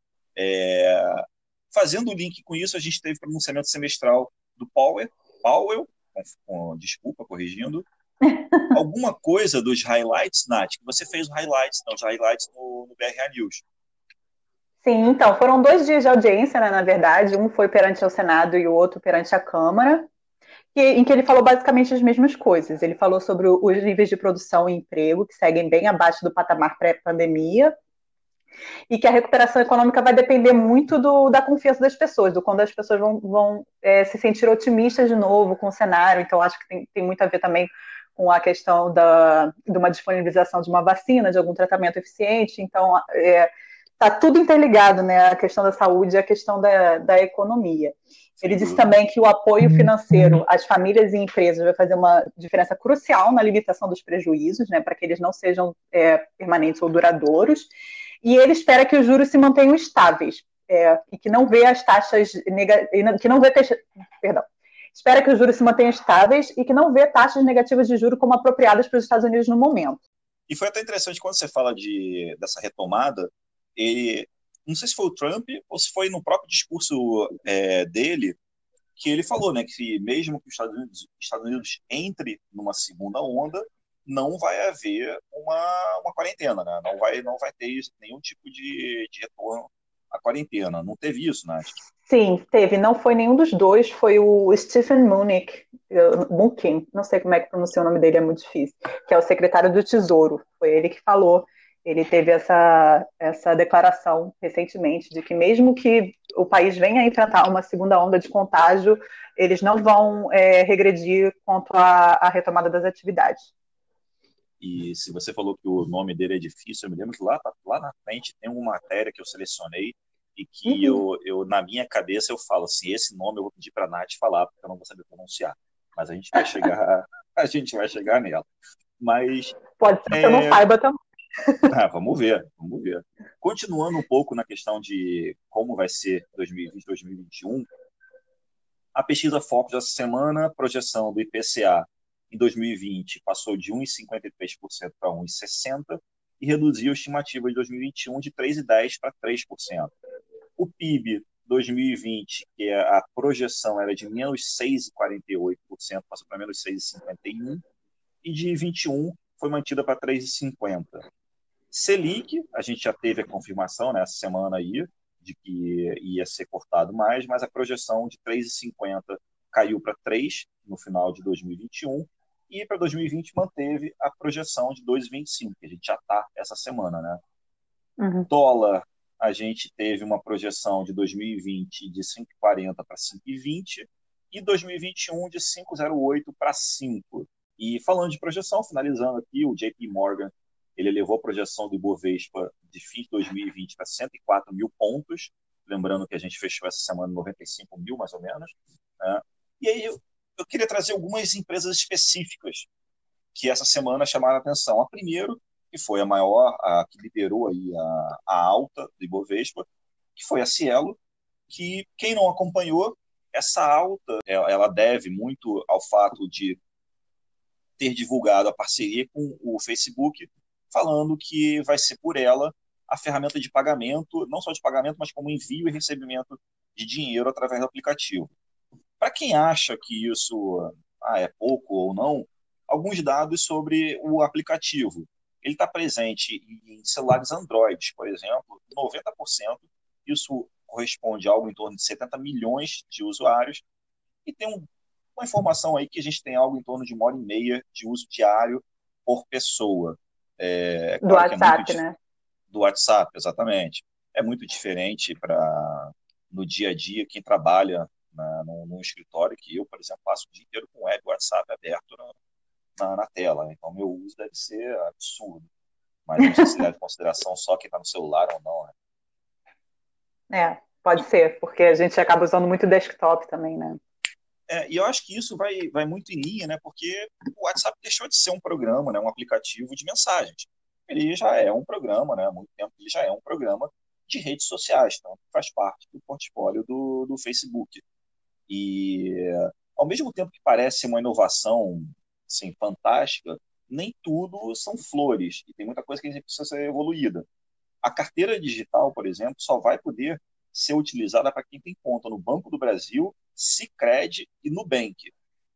É, fazendo o link com isso, a gente teve pronunciamento semestral do Powell, Powell com, com, desculpa, corrigindo, alguma coisa dos highlights, Nath, que você fez os highlights, não, os highlights no, no B R A News. Sim, então, foram dois dias de audiência, né, na verdade, um foi perante o Senado e o outro perante a Câmara, que, em que ele falou basicamente as mesmas coisas. Ele falou sobre os níveis de produção e emprego, que seguem bem abaixo do patamar pré-pandemia, e que a recuperação econômica vai depender muito do, da confiança das pessoas, do quando as pessoas vão, vão é, se sentir otimistas de novo com o cenário. Então, acho que tem, tem muito a ver também com a questão da, de uma disponibilização de uma vacina, de algum tratamento eficiente. Então, está é, tudo interligado, né? A questão da saúde e a questão da, da economia. Ele disse também que o apoio financeiro às famílias e empresas vai fazer uma diferença crucial na limitação dos prejuízos, né, para que eles não sejam é, permanentes ou duradouros. E ele espera que os juros se mantenham estáveis é, e que não vê as taxas que não vê perdão, espera que os juros se mantenham estáveis e que não vê taxas negativas de juros como apropriadas para os Estados Unidos no momento. E foi até interessante quando você fala de, dessa retomada, ele, não sei se foi o Trump ou se foi no próprio discurso é, dele, que ele falou, né, que mesmo que os Estados Unidos, Estados Unidos entre numa segunda onda, não vai haver uma, uma quarentena, né? Não vai, não vai ter nenhum tipo de, de retorno à quarentena. Não teve isso, Nath? Sim, teve. Não foi nenhum dos dois, foi o Stephen Mnuchin, Mnuchin, não sei como é que pronuncia o nome dele, é muito difícil, que é o secretário do Tesouro. Foi ele que falou. Ele teve essa, essa declaração recentemente de que mesmo que o país venha a enfrentar uma segunda onda de contágio, eles não vão é, regredir quanto à, à retomada das atividades. E se você falou que o nome dele é difícil, eu me lembro que lá, lá na frente tem uma matéria que eu selecionei e que uhum. eu, eu, na minha cabeça, eu falo assim, esse nome eu vou pedir para a Nath falar, porque eu não vou saber pronunciar. Mas a gente vai chegar, a gente vai chegar nela. Mas, pode ser é... que eu não saiba também. Ah, vamos ver, vamos ver. Continuando um pouco na questão de como vai ser dois mil e vinte, dois mil e vinte e um, a pesquisa Focus dessa semana, a projeção do I P C A em dois mil e vinte passou de um vírgula cinquenta e três por cento para um vírgula sessenta por cento e reduziu a estimativa de dois mil e vinte e um de três vírgula dez por cento para três por cento. O P I B dois mil e vinte, que a projeção era de menos seis vírgula quarenta e oito por cento, passou para menos seis vírgula cinquenta e um por cento, e de vinte e um foi mantida para três vírgula cinquenta por cento. Selic, a gente já teve a confirmação nessa, né, semana aí, de que ia ser cortado mais, mas a projeção de três vírgula cinquenta caiu para três no final de dois mil e vinte e um, e para dois mil e vinte manteve a projeção de dois vírgula vinte e cinco, que a gente já está essa semana, né? Uhum. Dólar, a gente teve uma projeção de dois mil e vinte de cinco vírgula quarenta para cinco vírgula vinte e dois mil e vinte e um de cinco vírgula zero oito para cinco. E falando de projeção, finalizando aqui, o J P Morgan, ele elevou a projeção do Ibovespa de fim de dois mil e vinte para cento e quatro mil pontos, lembrando que a gente fechou essa semana noventa e cinco mil, mais ou menos. Né? E aí eu, eu queria trazer algumas empresas específicas que essa semana chamaram a atenção. A primeira, que foi a maior, a que liderou aí a, a alta do Ibovespa, que foi a Cielo, que quem não acompanhou, essa alta, ela deve muito ao fato de ter divulgado a parceria com o Facebook, falando que vai ser por ela a ferramenta de pagamento, não só de pagamento, mas como envio e recebimento de dinheiro através do aplicativo. Para quem acha que isso ah, é pouco ou não, alguns dados sobre o aplicativo. Ele está presente em celulares Android, por exemplo, noventa por cento, isso corresponde a algo em torno de setenta milhões de usuários, e tem um, uma informação aí que a gente tem algo em torno de uma hora e meia de uso diário por pessoa. É, Do claro que é muito WhatsApp, dif- né? do WhatsApp, exatamente. É muito diferente para no dia a dia quem trabalha na, num, num escritório que eu, por exemplo, passo o dia inteiro com o web WhatsApp aberto na, na, na tela. Então, meu uso deve ser absurdo. Mas não sei se leva em consideração só quem está no celular ou não, né? É, pode ser, porque a gente acaba usando muito desktop também, né? É, e eu acho que isso vai, vai muito em linha, né? Porque o WhatsApp deixou de ser um programa, né? Um aplicativo de mensagens. Ele já é um programa, né? Há muito tempo ele já é um programa de redes sociais, então faz parte do portfólio do, do Facebook. E ao mesmo tempo que parece uma inovação assim, fantástica, nem tudo são flores e tem muita coisa que a gente precisa ser evoluída. A carteira digital, por exemplo, só vai poder ser utilizada para quem tem conta no Banco do Brasil, Sicredi e Nubank,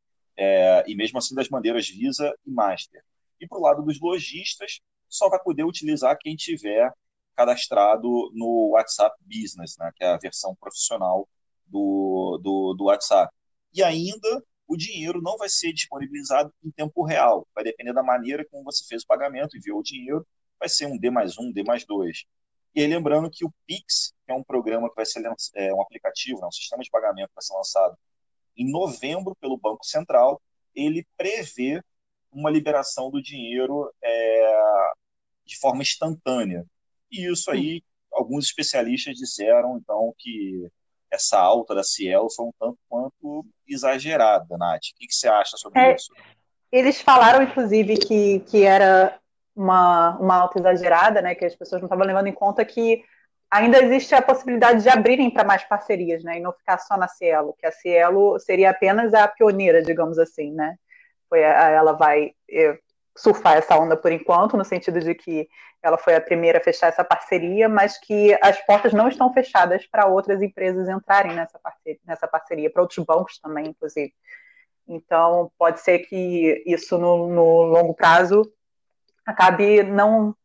é, e mesmo assim das bandeiras Visa e Master. E para o lado dos lojistas, só vai poder utilizar quem tiver cadastrado no WhatsApp Business, né, que é a versão profissional do, do, do WhatsApp. E ainda o dinheiro não vai ser disponibilizado em tempo real, vai depender da maneira como você fez o pagamento, enviou o dinheiro, vai ser um D mais um, D mais dois. E aí, lembrando que o Pix, que é um programa que vai ser é, um aplicativo, né, um sistema de pagamento que vai ser lançado em novembro pelo Banco Central, ele prevê uma liberação do dinheiro é, de forma instantânea. E isso aí, alguns especialistas disseram, então, que essa alta da Cielo foi um tanto quanto exagerada, Nath. O que, que você acha sobre É, isso? eles falaram, inclusive, que, que era uma, uma alta exagerada, né? Que as pessoas não estavam levando em conta que ainda existe a possibilidade de abrirem para mais parcerias, né? E não ficar só na Cielo, que a Cielo seria apenas a pioneira, digamos assim, né? Foi a, ela vai é, surfar essa onda por enquanto, no sentido de que ela foi a primeira a fechar essa parceria, mas que as portas não estão fechadas para outras empresas entrarem nessa parceria, nessa parceria, para outros bancos também, inclusive. Então, pode ser que isso no, no longo prazo acabe não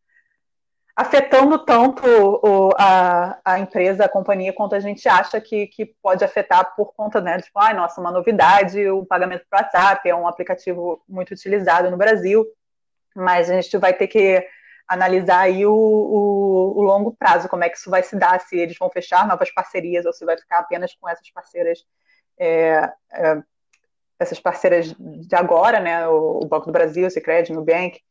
afetando tanto o, a, a empresa, a companhia, quanto a gente acha que, que pode afetar por conta, né? Tipo, ai, nossa, uma novidade, o pagamento por WhatsApp é um aplicativo muito utilizado no Brasil, mas a gente vai ter que analisar aí o, o, o longo prazo, como é que isso vai se dar, se eles vão fechar novas parcerias ou se vai ficar apenas com essas parceiras é, é, essas parceiras de agora, né, o, Banco do Brasil, o Sicredi, o Nubank.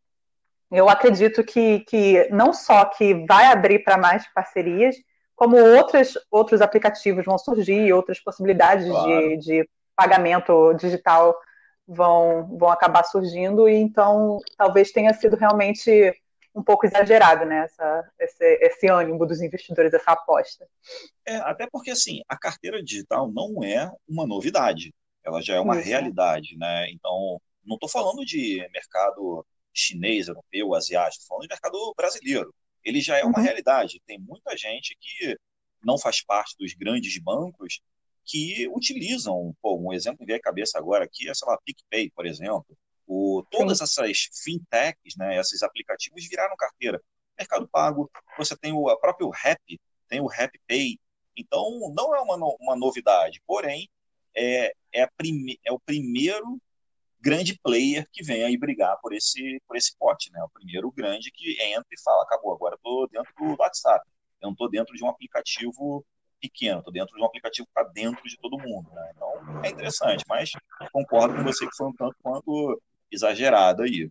Eu acredito que, que não só que vai abrir para mais parcerias, como outros, outros aplicativos vão surgir, outras possibilidades Claro. de, de pagamento digital vão, vão acabar surgindo, e então talvez tenha sido realmente um pouco exagerado, né, essa, esse, esse ânimo dos investidores, essa aposta. É, até porque, assim, a carteira digital não é uma novidade. Ela já é uma Isso. realidade, né? Então, não estou falando de mercado chinês, europeu, asiático, estou falando de mercado brasileiro. Ele já é uma Uhum. realidade. Tem muita gente que não faz parte dos grandes bancos que utilizam, pô, um exemplo que veio à cabeça agora aqui é, sei lá, PicPay, por exemplo. O, todas Sim. essas fintechs, né, esses aplicativos viraram carteira. Mercado Pago, você tem o a próprio Rap, tem o RapPay, então, não é uma, no, uma novidade, porém, é, é, a prime, é o primeiro grande player que vem aí brigar por esse, por esse pote, né? O primeiro grande que entra e fala, acabou, agora eu estou dentro do WhatsApp, eu não estou dentro de um aplicativo pequeno, estou dentro de um aplicativo que está dentro de todo mundo, né? Então, é interessante, mas concordo com você que foi um tanto quanto exagerado aí.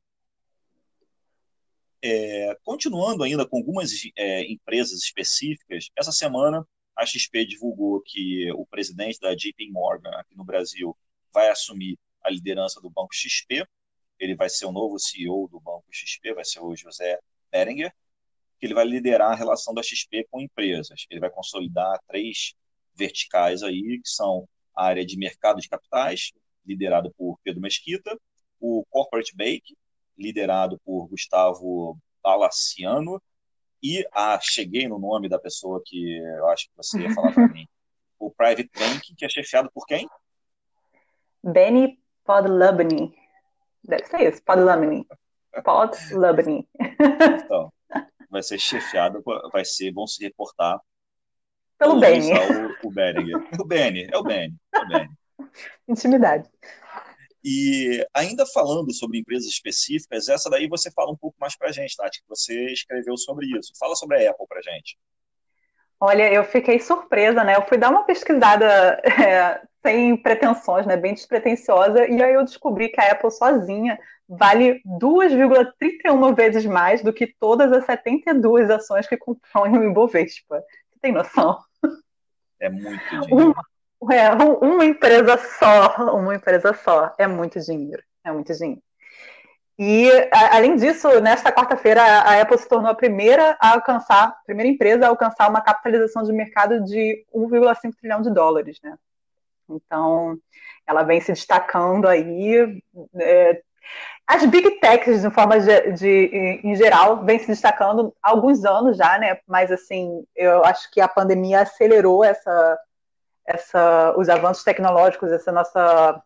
É, continuando ainda com algumas é, empresas específicas, essa semana a X P divulgou que o presidente da J P Morgan aqui no Brasil vai assumir a liderança do Banco X P. Ele vai ser o novo C E O do Banco X P, vai ser o José Berenguer, que ele vai liderar a relação da X P com empresas. Ele vai consolidar três verticais aí, que são a área de mercado de capitais, liderado por Pedro Mesquita, o Corporate Bank, liderado por Gustavo Balaciano, e ah, cheguei no nome da pessoa que eu acho que você ia falar para mim, o Private Bank, que é chefiado por quem? Benny Podlubny. Deve ser isso, Podlubny. Podlubny. Então, vai ser chefiado, vai ser, vão se reportar Pelo todos Benny. ao o Berenguer. É o Benny, é o Benny, é o Benny. Intimidade. E ainda falando sobre empresas específicas, essa daí você fala um pouco mais para a gente, Nath, que você escreveu sobre isso. Fala sobre a Apple para a gente. Olha, eu fiquei surpresa, né? Eu fui dar uma pesquisada é, sem pretensões, né? Bem despretensiosa, e aí eu descobri que a Apple sozinha vale duas vírgula trinta e uma vezes mais do que todas as setenta e duas ações que compõem o Ibovespa. Você tem noção? É muito Uma, dinheiro. é, uma empresa só, uma empresa só, é muito dinheiro, é muito dinheiro. E, a, além disso, nesta quarta-feira, a Apple se tornou a primeira a alcançar, a primeira empresa a alcançar uma capitalização de mercado de um vírgula cinco trilhão de dólares, né? Então, ela vem se destacando aí. É, as big techs, de forma de, de, em geral, vem se destacando há alguns anos já, né? Mas, assim, eu acho que a pandemia acelerou essa, essa, os avanços tecnológicos, essa nossa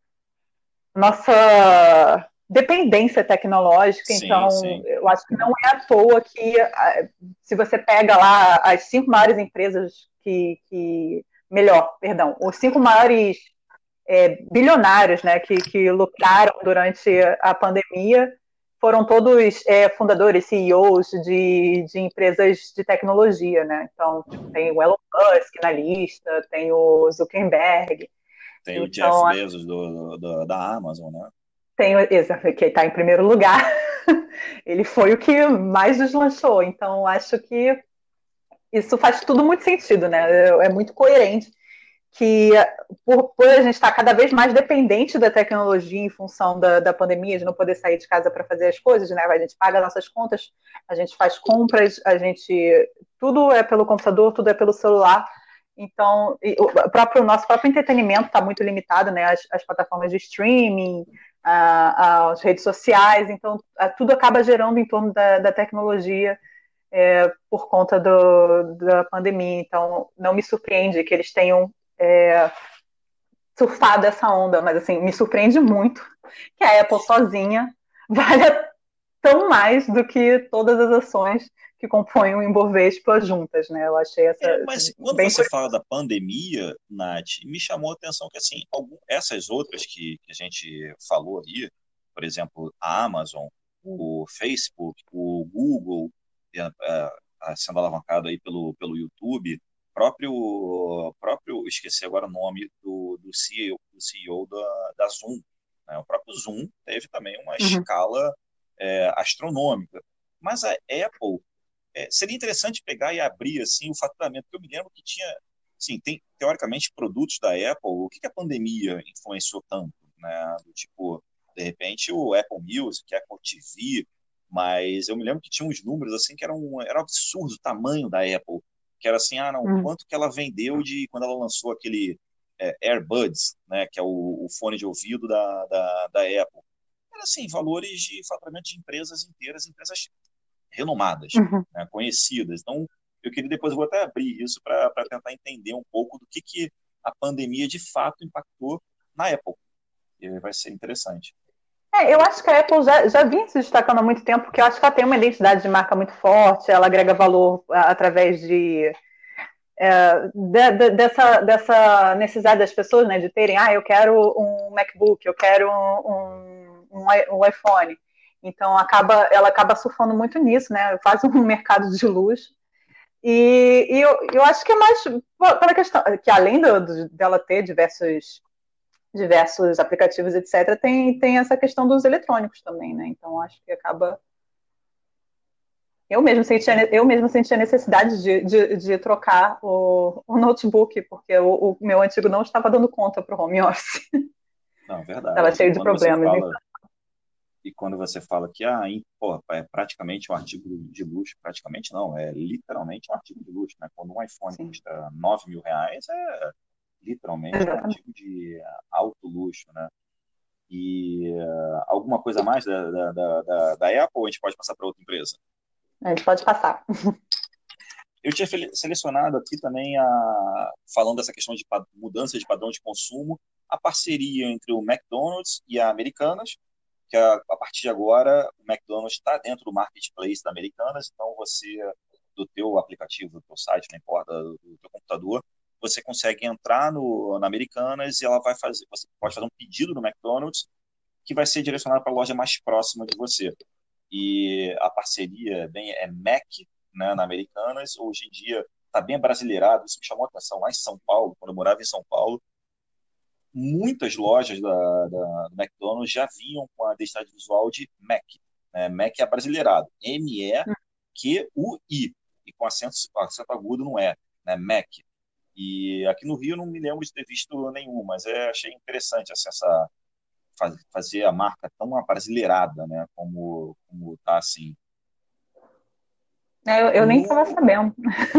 nossa dependência tecnológica, Sim, então sim. eu acho que não é à toa que se você pega lá as cinco maiores empresas que, que melhor, perdão, os cinco maiores é, bilionários, né, que, que lucraram durante a pandemia foram todos é, fundadores, C E Os de, de empresas de tecnologia, né? Então tipo, tem o Elon Musk na lista, tem o Zuckerberg, Tem o Jeff então Bezos do, do, da Amazon, né? tem, que está em primeiro lugar. Ele foi o que mais deslanchou. Então, acho que isso faz tudo muito sentido, né? É muito coerente que, por, por a gente estar cada vez mais dependente da tecnologia em função da, da pandemia, de não poder sair de casa para fazer as coisas, né? A gente paga nossas contas, a gente faz compras, a gente. Tudo é pelo computador, tudo é pelo celular. Então, o próprio, nosso próprio entretenimento está muito limitado, né? As, as plataformas de streaming, a, as redes sociais, então a, tudo acaba gerando em torno da, da tecnologia é, por conta do, da pandemia. Então, não me surpreende que eles tenham é, surfado essa onda, mas assim, me surpreende muito que a Apple sozinha valha tão mais do que todas as ações que compõem o Ibovespa juntas, né? Eu achei essa É, mas quando bem você curiosa. fala da pandemia, Nath, me chamou a atenção que, assim, algum, essas outras que, que a gente falou ali, por exemplo, a Amazon, o Facebook, o Google, é, é, sendo alavancado aí pelo, pelo YouTube, próprio, próprio, esqueci agora o nome do, do C E O, do C E O da, da Zoom, né? O próprio Zoom teve também uma Uhum, escala é, astronômica. Mas a Apple é, seria interessante pegar e abrir assim o faturamento, porque eu me lembro que tinha, assim, tem teoricamente produtos da Apple, o que, que a pandemia influenciou tanto, né? Do tipo, de repente o Apple Music, Apple T V, mas eu me lembro que tinha uns números assim que eram era um absurdo o tamanho da Apple, que era assim, ah, não, uhum, quanto que ela vendeu de quando ela lançou aquele é, AirBuds, né, que é o, o fone de ouvido da, da, da Apple. Era assim, valores de faturamento de empresas inteiras, empresas renomadas, uhum. né, conhecidas. Então, eu queria depois, eu vou até abrir isso para tentar entender um pouco do que, que a pandemia de fato impactou na Apple. E vai ser interessante. É, eu acho que a Apple já, já vinha se destacando há muito tempo, porque eu acho que ela tem uma identidade de marca muito forte, ela agrega valor a, através de, é, de, de, dessa, dessa necessidade das pessoas, né, de terem, ah, eu quero um MacBook, eu quero um, um, um iPhone. Então acaba, ela acaba surfando muito nisso, né? Faz um mercado de luxo. E, e eu, eu acho que é mais pela questão que além do, do, dela ter diversos diversos aplicativos, etcétera, tem, tem essa questão dos eletrônicos também, né? Então acho que acaba. Eu mesmo sentia, eu mesmo sentia necessidade de, de, de trocar o, o notebook, porque o, o, meu antigo não estava dando conta para o home office. Não, Estava verdade. E cheio de quando você problemas. fala e quando você fala que ah, em, pô, é praticamente um artigo de luxo, praticamente não, é literalmente um artigo de luxo, né? Quando um iPhone Sim, custa nove mil reais, é literalmente um exatamente. artigo de alto luxo, né? E uh, alguma coisa mais da, da, da, da Apple ou a gente pode passar para outra empresa? A gente pode passar. Eu tinha selecionado aqui também, a, falando dessa questão de mudança de padrão de consumo, a parceria entre o McDonald's e a Americanas, que a, a partir de agora o McDonald's está dentro do marketplace da Americanas, então você, do teu aplicativo, do teu site, não importa, do teu computador, você consegue entrar no, na Americanas e ela vai fazer, você pode fazer um pedido no McDonald's que vai ser direcionado para a loja mais próxima de você. E a parceria é bem é Mac, né, na Americanas. Hoje em dia está bem brasileirado, isso me chamou a atenção lá em São Paulo, quando eu morava em São Paulo. Muitas lojas da, da, do McDonald's já vinham com a identidade visual de Mac. Né? Mac é brasileirado, M E Q U I, e com acento, acento agudo no E, né? Mac. E aqui no Rio eu não me lembro de ter visto nenhum, mas é, achei interessante assim, essa, fazer a marca tão abrasileirada, né? Como, como tá assim. É, eu, eu nem estava No, sabendo.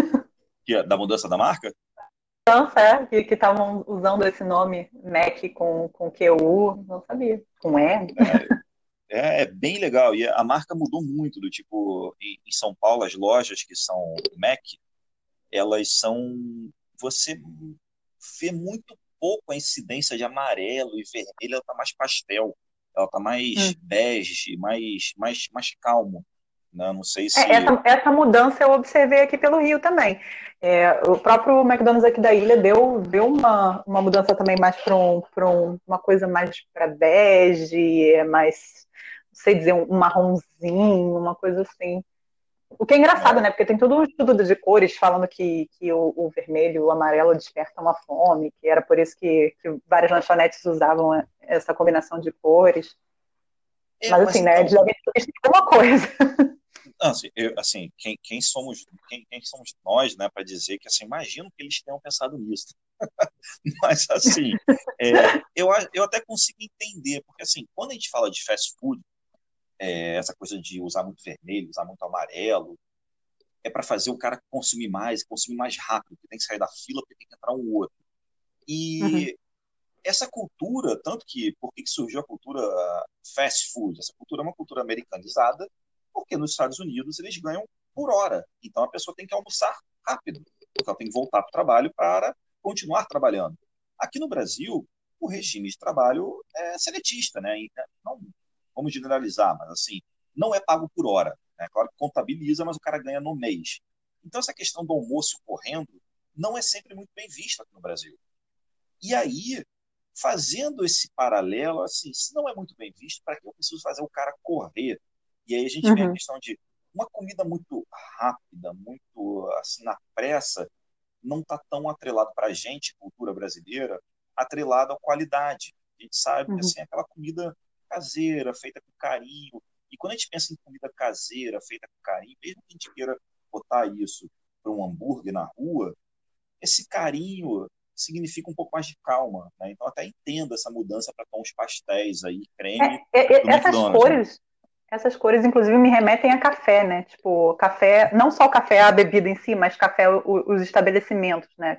da mudança da marca? Então, é, que que estavam usando esse nome Mac com, com Q U, não sabia. Com E. É, é, é bem legal. E a marca mudou muito, do tipo, em, em São Paulo, as lojas que são Mac, elas são. Você vê muito pouco a incidência de amarelo e vermelho, ela tá mais pastel, ela tá mais Hum. bege, mais, mais, mais calmo. Né? Não sei É, se. essa, essa mudança eu observei aqui pelo Rio também. É, o próprio McDonald's aqui da ilha deu, deu uma, uma mudança também mais para um, um, uma coisa mais para bege, mais, não sei dizer, um marronzinho, uma coisa assim. O que é engraçado, É, né? Porque tem todo um estudo de cores falando que, que o, o vermelho e o amarelo despertam uma fome, que era por isso que, que várias lanchonetes usavam essa combinação de cores. é, Mas mas assim, né? então, Eles devem ter alguma coisa. assim, eu, assim quem, quem somos quem, quem somos nós, né, para dizer que assim, imagino que eles tenham pensado nisso. Mas assim, é, eu, a- eu até consigo entender, porque assim, quando a gente fala de fast food, é, essa coisa de usar muito vermelho, usar muito amarelo, é para fazer o cara consumir mais, consumir mais rápido, porque tem que sair da fila, porque tem que entrar um outro. Uhum, E essa cultura, tanto que, por que que surgiu a cultura fast food? Essa cultura é uma cultura americanizada, porque nos Estados Unidos eles ganham por hora. Então a pessoa tem que almoçar rápido, porque ela tem que voltar para o trabalho para continuar trabalhando. Aqui no Brasil, o regime de trabalho é seletista, né? E, não vamos generalizar, mas assim, não é pago por hora. Né? Claro que contabiliza, mas o cara ganha no mês. Então essa questão do almoço correndo não é sempre muito bem vista aqui no Brasil. E aí, fazendo esse paralelo, assim, se não é muito bem visto, para que eu preciso fazer o cara correr? E aí a gente vem a uhum, questão de uma comida muito rápida, muito assim na pressa, não está tão atrelado para a gente, cultura brasileira, atrelado à qualidade. A gente sabe que uhum. assim, é aquela comida caseira, feita com carinho. E quando a gente pensa em comida caseira, feita com carinho, mesmo que a gente queira botar isso para um hambúrguer na rua, esse carinho significa um pouco mais de calma, né? Então até entendo essa mudança para tons pastéis aí, creme É, é, do é, essas McDonald's, né? cores, essas cores, inclusive, me remetem a café, né? Tipo, café, não só o café, a bebida em si, mas café, o, os estabelecimentos, né?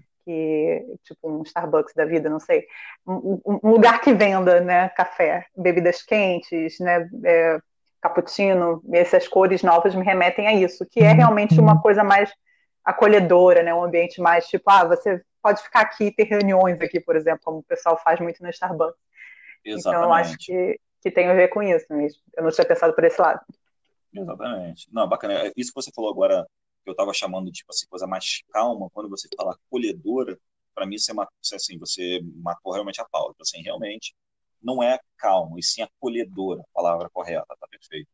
Que, tipo, um Starbucks da vida, não sei. Um, um- um lugar que venda, né? Café, bebidas quentes, né? É, cappuccino, essas cores novas me remetem a isso, que é realmente uma coisa mais acolhedora, né? Um ambiente mais tipo, ah, você pode ficar aqui e ter reuniões aqui, por exemplo, como o pessoal faz muito no Starbucks. Então, eu acho Exatamente, que, que tem a ver com isso mesmo. Eu não tinha pensado por esse lado. exatamente. Não, bacana. É, isso que você falou agora, que eu estava chamando de tipo assim, coisa mais calma, quando você fala acolhedora, para mim você, matou, você, assim, você matou realmente a pau. Tipo assim, realmente não é calmo, e sim acolhedora, a palavra correta, tá perfeito.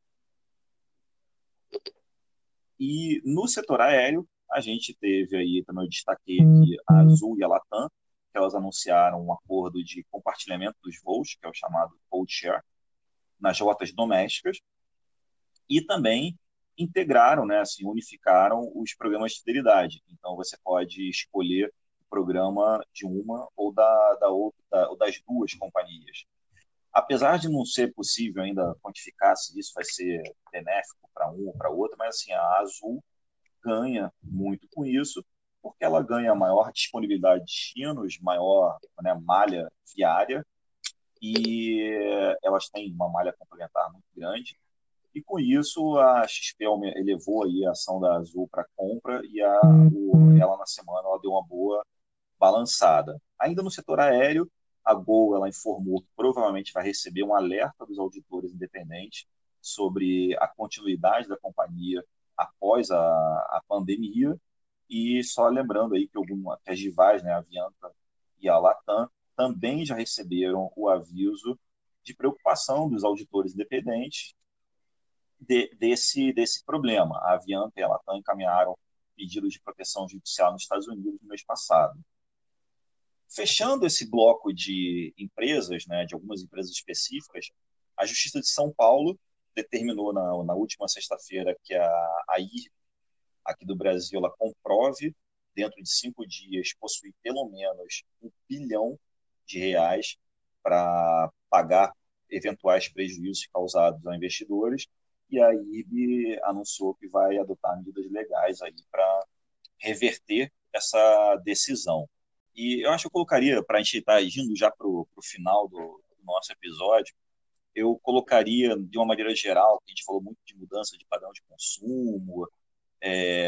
E no setor aéreo, a gente teve aí, também eu destaquei aqui a Azul e a Latam, que elas anunciaram um acordo de compartilhamento dos voos, que é o chamado Code Share, nas rotas domésticas, e também integraram, né, assim, unificaram os programas de fidelidade. Então você pode escolher o programa de uma ou da, da outra, ou das duas companhias. Apesar de não ser possível ainda quantificar se isso vai ser benéfico para um ou para outra, mas assim, a Azul ganha muito com isso, porque ela ganha maior disponibilidade de destinos, maior, né, malha viária, e elas têm uma malha complementar muito grande. E com isso a X P elevou aí a ação da Azul para compra e a, o, ela na semana ela deu uma boa balançada. Ainda no setor aéreo, a Gol ela informou que provavelmente vai receber um alerta dos auditores independentes sobre a continuidade da companhia após a, a pandemia. E só lembrando aí que, alguma, que as rivais, né, a Avianca e a Latam, também já receberam o aviso de preocupação dos auditores independentes de, desse, desse problema. A Avianca e a Latam encaminharam pedidos de proteção judicial nos Estados Unidos no mês passado. Fechando esse bloco de empresas, né, de algumas empresas específicas, a Justiça de São Paulo determinou na, na última sexta-feira que a, a I R B, aqui do Brasil, ela comprove, dentro de cinco dias, possuir pelo menos um bilhão de reais para pagar eventuais prejuízos causados a investidores, e a I R B anunciou que vai adotar medidas legais aí para reverter essa decisão. E eu acho que eu colocaria, para a gente estar indo já para o final do, do nosso episódio, eu colocaria, de uma maneira geral, que a gente falou muito de mudança de padrão de consumo, é,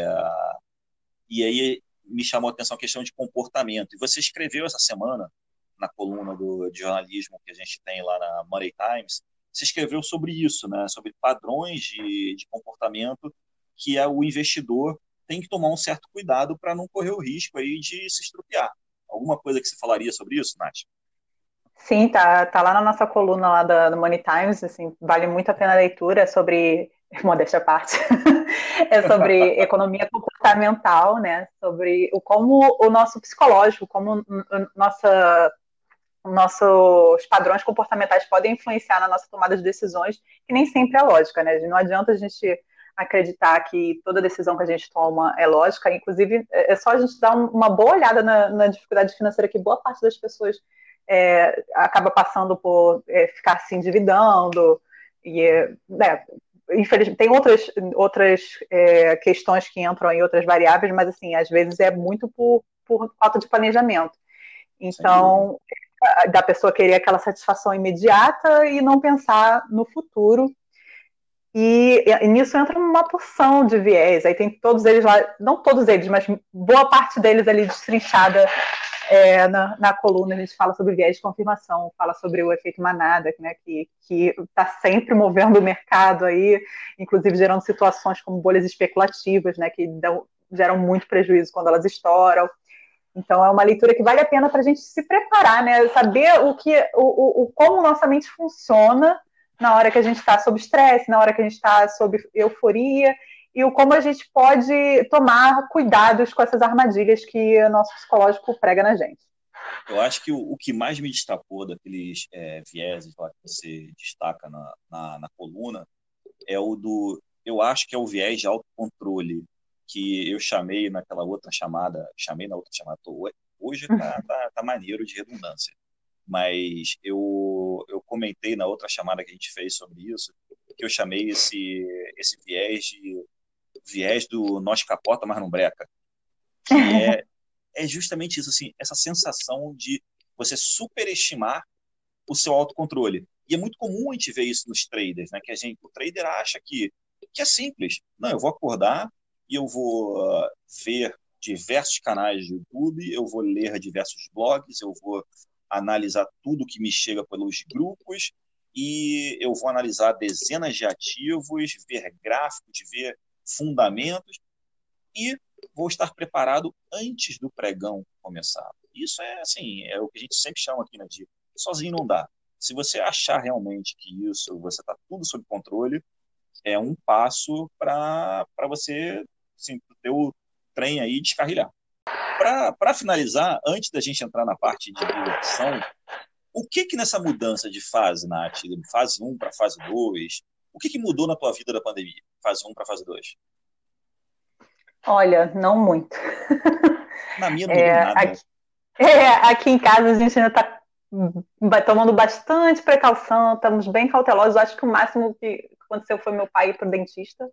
e aí me chamou a atenção a questão de comportamento. E você escreveu essa semana, na coluna do, de jornalismo que a gente tem lá na Money Times, você escreveu sobre isso, né? Sobre padrões de, de comportamento que é, o investidor tem que tomar um certo cuidado para não correr o risco aí de se estrupiar. Alguma coisa que você falaria sobre isso, Nath? Sim, tá, tá lá na nossa coluna lá da, do Money Times, assim, vale muito a pena a leitura, é sobre, modéstia à parte, é sobre economia comportamental, né, sobre o, como o nosso psicológico, como nossa, nossos padrões comportamentais podem influenciar na nossa tomada de decisões, que nem sempre é lógica, né, não adianta a gente acreditar que toda decisão que a gente toma é lógica, inclusive é só a gente dar uma boa olhada na, na dificuldade financeira que boa parte das pessoas é, acaba passando por é, ficar se endividando, e é, né, infelizmente tem outras, outras é, questões que entram em outras variáveis, mas assim, às vezes é muito por, por falta de planejamento. Sem dúvida. Então, da pessoa querer aquela satisfação imediata e não pensar no futuro. E, e nisso entra uma porção de viés. Aí tem todos eles lá, não todos eles, mas boa parte deles ali destrinchada é, na, na coluna. A gente fala sobre viés de confirmação, fala sobre o efeito manada, né, que está sempre movendo o mercado aí, inclusive gerando situações como bolhas especulativas, né, que dão, geram muito prejuízo quando elas estouram. Então é uma leitura que vale a pena para a gente se preparar, né, saber o que, o, o, como nossa mente funciona na hora que a gente está sob estresse, na hora que a gente está sob euforia, e o como a gente pode tomar cuidados com essas armadilhas que o nosso psicológico prega na gente. Eu acho que o, o que mais me destacou daqueles é, vieses lá que você destaca na, na, na coluna é o do, eu acho que é o viés de autocontrole, que eu chamei naquela outra chamada, chamei na outra chamada, tô, hoje tá, tá, tá maneiro de redundância, mas eu, eu comentei na outra chamada que a gente fez sobre isso, que eu chamei esse, esse viés de viés do nós capota, mas não breca, que é, é justamente isso, assim, essa sensação de você superestimar o seu autocontrole. E é muito comum a gente ver isso nos traders, né? Que a gente, o trader acha que, que é simples. Não, eu vou acordar e eu vou uh, ver diversos canais de YouTube, eu vou ler diversos blogs, eu vou analisar tudo que me chega pelos grupos e eu vou analisar dezenas de ativos, ver gráficos, ver fundamentos e vou estar preparado antes do pregão começar. Isso é assim, é o que a gente sempre chama aqui, né, de sozinho não dá. Se você achar realmente que isso, você está tudo sob controle, é um passo para você assim, ter o trem aí descarrilhar. Para finalizar, antes da gente entrar na parte de diversão, o que que nessa mudança de fase, Nath, de fase um para fase dois, o que que mudou na tua vida da pandemia? Fase um para fase dois? Olha, não muito. Na minha não mudou É, nada. aqui, é, aqui em casa a gente ainda está tomando bastante precaução, estamos bem cautelosos. Acho que o máximo que aconteceu foi meu pai ir para o dentista.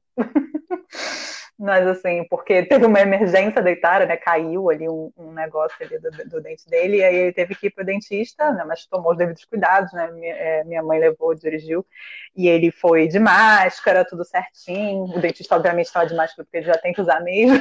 Mas assim, porque teve uma emergência deitada, né? Caiu ali um, um negócio ali do, do dente dele, e aí ele teve que ir para o dentista, né? Mas tomou os devidos cuidados, né? Minha, é, minha mãe levou, dirigiu, e ele foi de máscara, tudo certinho. O dentista, obviamente, estava de máscara porque ele já tem que usar mesmo.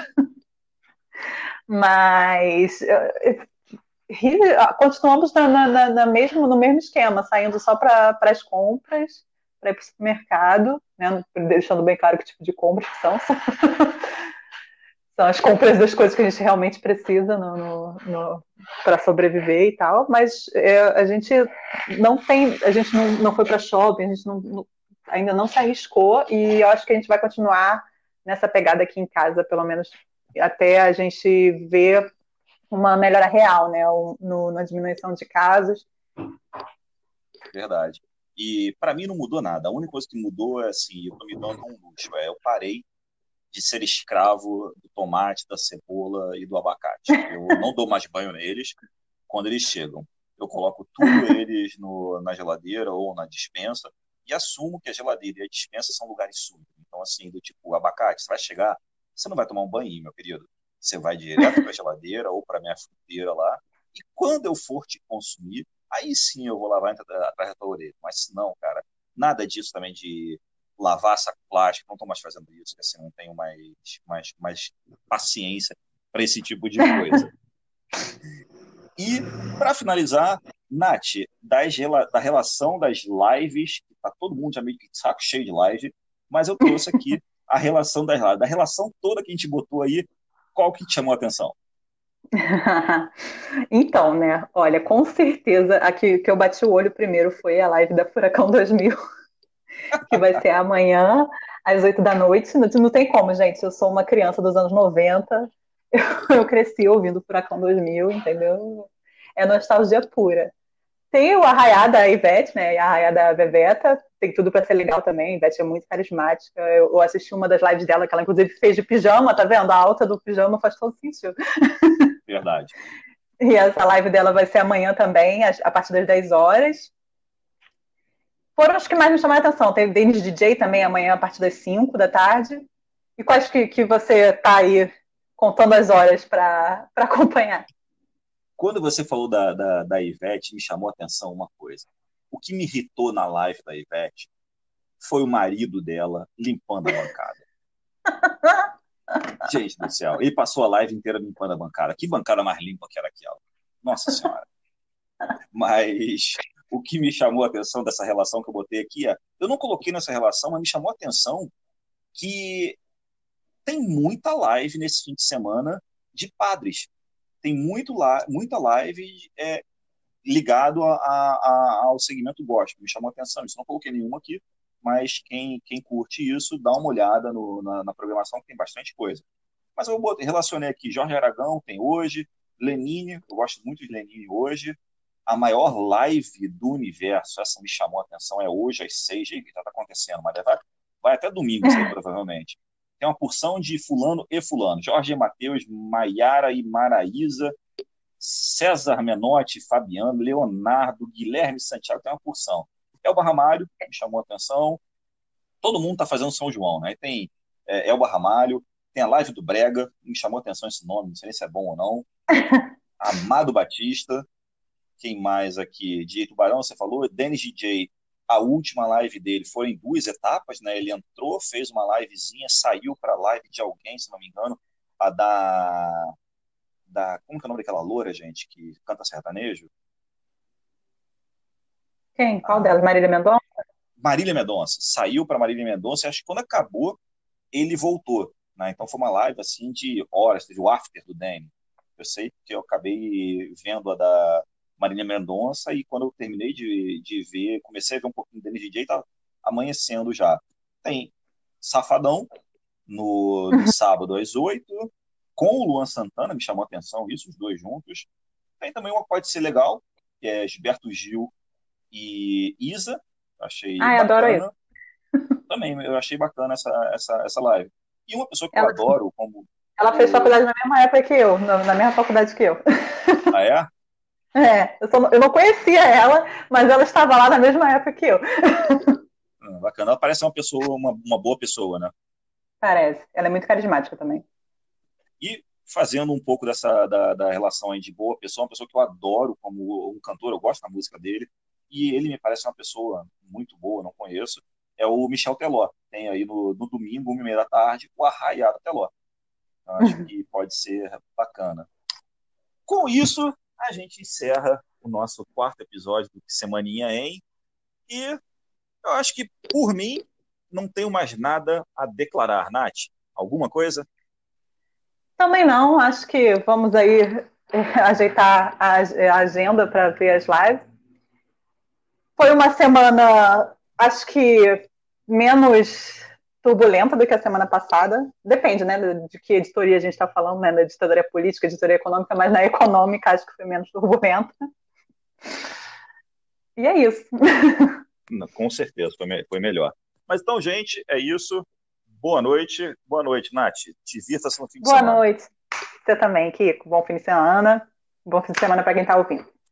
Mas continuamos na, na, na mesmo, no mesmo esquema, saindo só para as compras, para ir para o supermercado, né, deixando bem claro que tipo de compras que são. são as compras das coisas que a gente realmente precisa no, no, no, para sobreviver e tal, mas é, a gente não tem, a gente não, não foi para shopping, a gente não, não, ainda não se arriscou e eu acho que a gente vai continuar nessa pegada aqui em casa, pelo menos até a gente ver uma melhora real, né, no, na diminuição de casos. Verdade. E para mim não mudou nada. A única coisa que mudou é assim, eu tô me dando um luxo. É, eu parei de ser escravo do tomate, da cebola e do abacate. Eu não dou mais banho neles quando eles chegam. Eu coloco tudo eles no, na geladeira ou na despensa e assumo que a geladeira e a despensa são lugares sujos. Então, assim, do tipo, o abacate, você vai chegar, você não vai tomar um banho, meu querido. Você vai direto para a geladeira ou para minha fruteira lá. E quando eu for te consumir, aí sim eu vou lavar atrás da tua orelha. Mas se não, cara, nada disso também de lavar saco plástico, não estou mais fazendo isso, que assim, não tenho mais, mais, mais paciência para esse tipo de coisa. E, para finalizar, Nath, das, da relação das lives, que tá todo mundo já meio que saco cheio de live, mas eu trouxe aqui a relação das lives, da relação toda que a gente botou aí, qual que te chamou a atenção? Então, né, olha, com certeza, a que, que eu bati o olho primeiro foi a live da Furacão dois mil, que vai ser amanhã, às oito da noite. Não, não tem como, gente, eu sou uma criança dos anos noventa, eu, eu cresci ouvindo Furacão dois mil, entendeu? É nostalgia pura. Tem o Arraiá da Ivete, né? E a Arraiá da Bebeta. Tem tudo para ser legal também. A Ivete é muito carismática. Eu, eu assisti uma das lives dela, que ela inclusive fez de pijama, tá vendo? A alta do pijama faz todo sentido. Verdade. E essa live dela vai ser amanhã também, a partir das dez horas. Foram os que mais me chamaram a atenção. Tem o Denis D J também amanhã, a partir das cinco da tarde. E quais que, que você tá aí contando as horas para acompanhar? Quando você falou da, da, da Ivete, me chamou a atenção uma coisa. O que me irritou na live da Ivete foi o marido dela limpando a bancada. Gente do céu, ele passou a live inteira limpando a bancada. Que bancada mais limpa que era aquela? Nossa Senhora. Mas o que me chamou a atenção dessa relação que eu botei aqui é, eu não coloquei nessa relação, mas me chamou a atenção que tem muita live nesse fim de semana de padres. Tem muito la muita live é, ligado a, a, ao segmento gospel. Me chamou a atenção. Isso não coloquei nenhuma aqui, mas quem, quem curte isso, dá uma olhada no, na, na programação, que tem bastante coisa. Mas eu botei, relacionei aqui Jorge Aragão, tem hoje, Lenine, eu gosto muito de Lenine hoje. A maior live do universo, essa me chamou a atenção, é hoje às seis, que já está acontecendo, mas vai, vai até domingo isso aí, provavelmente. Tem uma porção de fulano e fulano. Jorge e Matheus, Maiara e Maraísa, César Menotti, Fabiano, Leonardo, Guilherme Santiago, tem uma porção. Elba Ramalho, me chamou a atenção. Todo mundo está fazendo São João, né? Tem é, Elba Ramalho, tem a live do Brega, me chamou a atenção esse nome, não sei se é bom ou não. Amado Batista, quem mais aqui? D J Tubarão, você falou. Dennis D J, a última live dele foi em duas etapas, né? Ele entrou, fez uma livezinha, saiu para a live de alguém, se não me engano, a da, da. Como que é o nome daquela loura, gente, que canta sertanejo? Quem? Qual A delas? Marília Mendonça? Marília Mendonça. Saiu para Marília Mendonça e acho que quando acabou, ele voltou. Né? Então foi uma live assim de horas, teve o after do Danny. Eu sei que eu acabei vendo a da Marília Mendonça e quando eu terminei de, de ver, comecei a ver um pouquinho dele D J, tá amanhecendo já. Tem Safadão no, no sábado às oito, com o Luan Santana, me chamou a atenção isso, os dois juntos. Tem também uma que pode ser legal, que é Gilberto Gil e Isa, achei Ai, adoro isso. bacana. Também, eu achei bacana essa, essa, essa live. E uma pessoa que eu Ela, adoro, como ela fez o... faculdade na mesma época que eu, na, na mesma faculdade que eu. Ah, é? É, eu, só, eu não conhecia ela, mas ela estava lá na mesma época que eu. Hum, bacana. Ela parece uma pessoa, uma, uma boa pessoa, né? Parece. Ela é muito carismática também. E fazendo um pouco dessa da, da relação aí de boa pessoa, uma pessoa que eu adoro como um cantor, eu gosto da música dele, e ele me parece uma pessoa muito boa, não conheço, é o Michel Teló. Tem aí no, no domingo, uma e meia da tarde, o Arraiado Teló. Então, acho que pode ser bacana. Com isso, a gente encerra o nosso quarto episódio do Que Semaninha Em, e eu acho que, por mim, não tenho mais nada a declarar. Nath, alguma coisa? Também não, acho que vamos aí é, ajeitar a, a agenda para ver as lives. Foi uma semana, acho que menos turbulenta do que a semana passada. Depende, né, de que editoria a gente está falando, né, da editoria política, editoria econômica, mas na econômica acho que foi menos turbulenta. E é isso. Não, com certeza, foi, me- foi melhor. Mas então, gente, é isso. Boa noite. Boa noite, Nath. Divirta-se no fim de Boa semana. noite. Você também, Kiko. Bom fim de semana. Bom fim de semana para quem está ouvindo.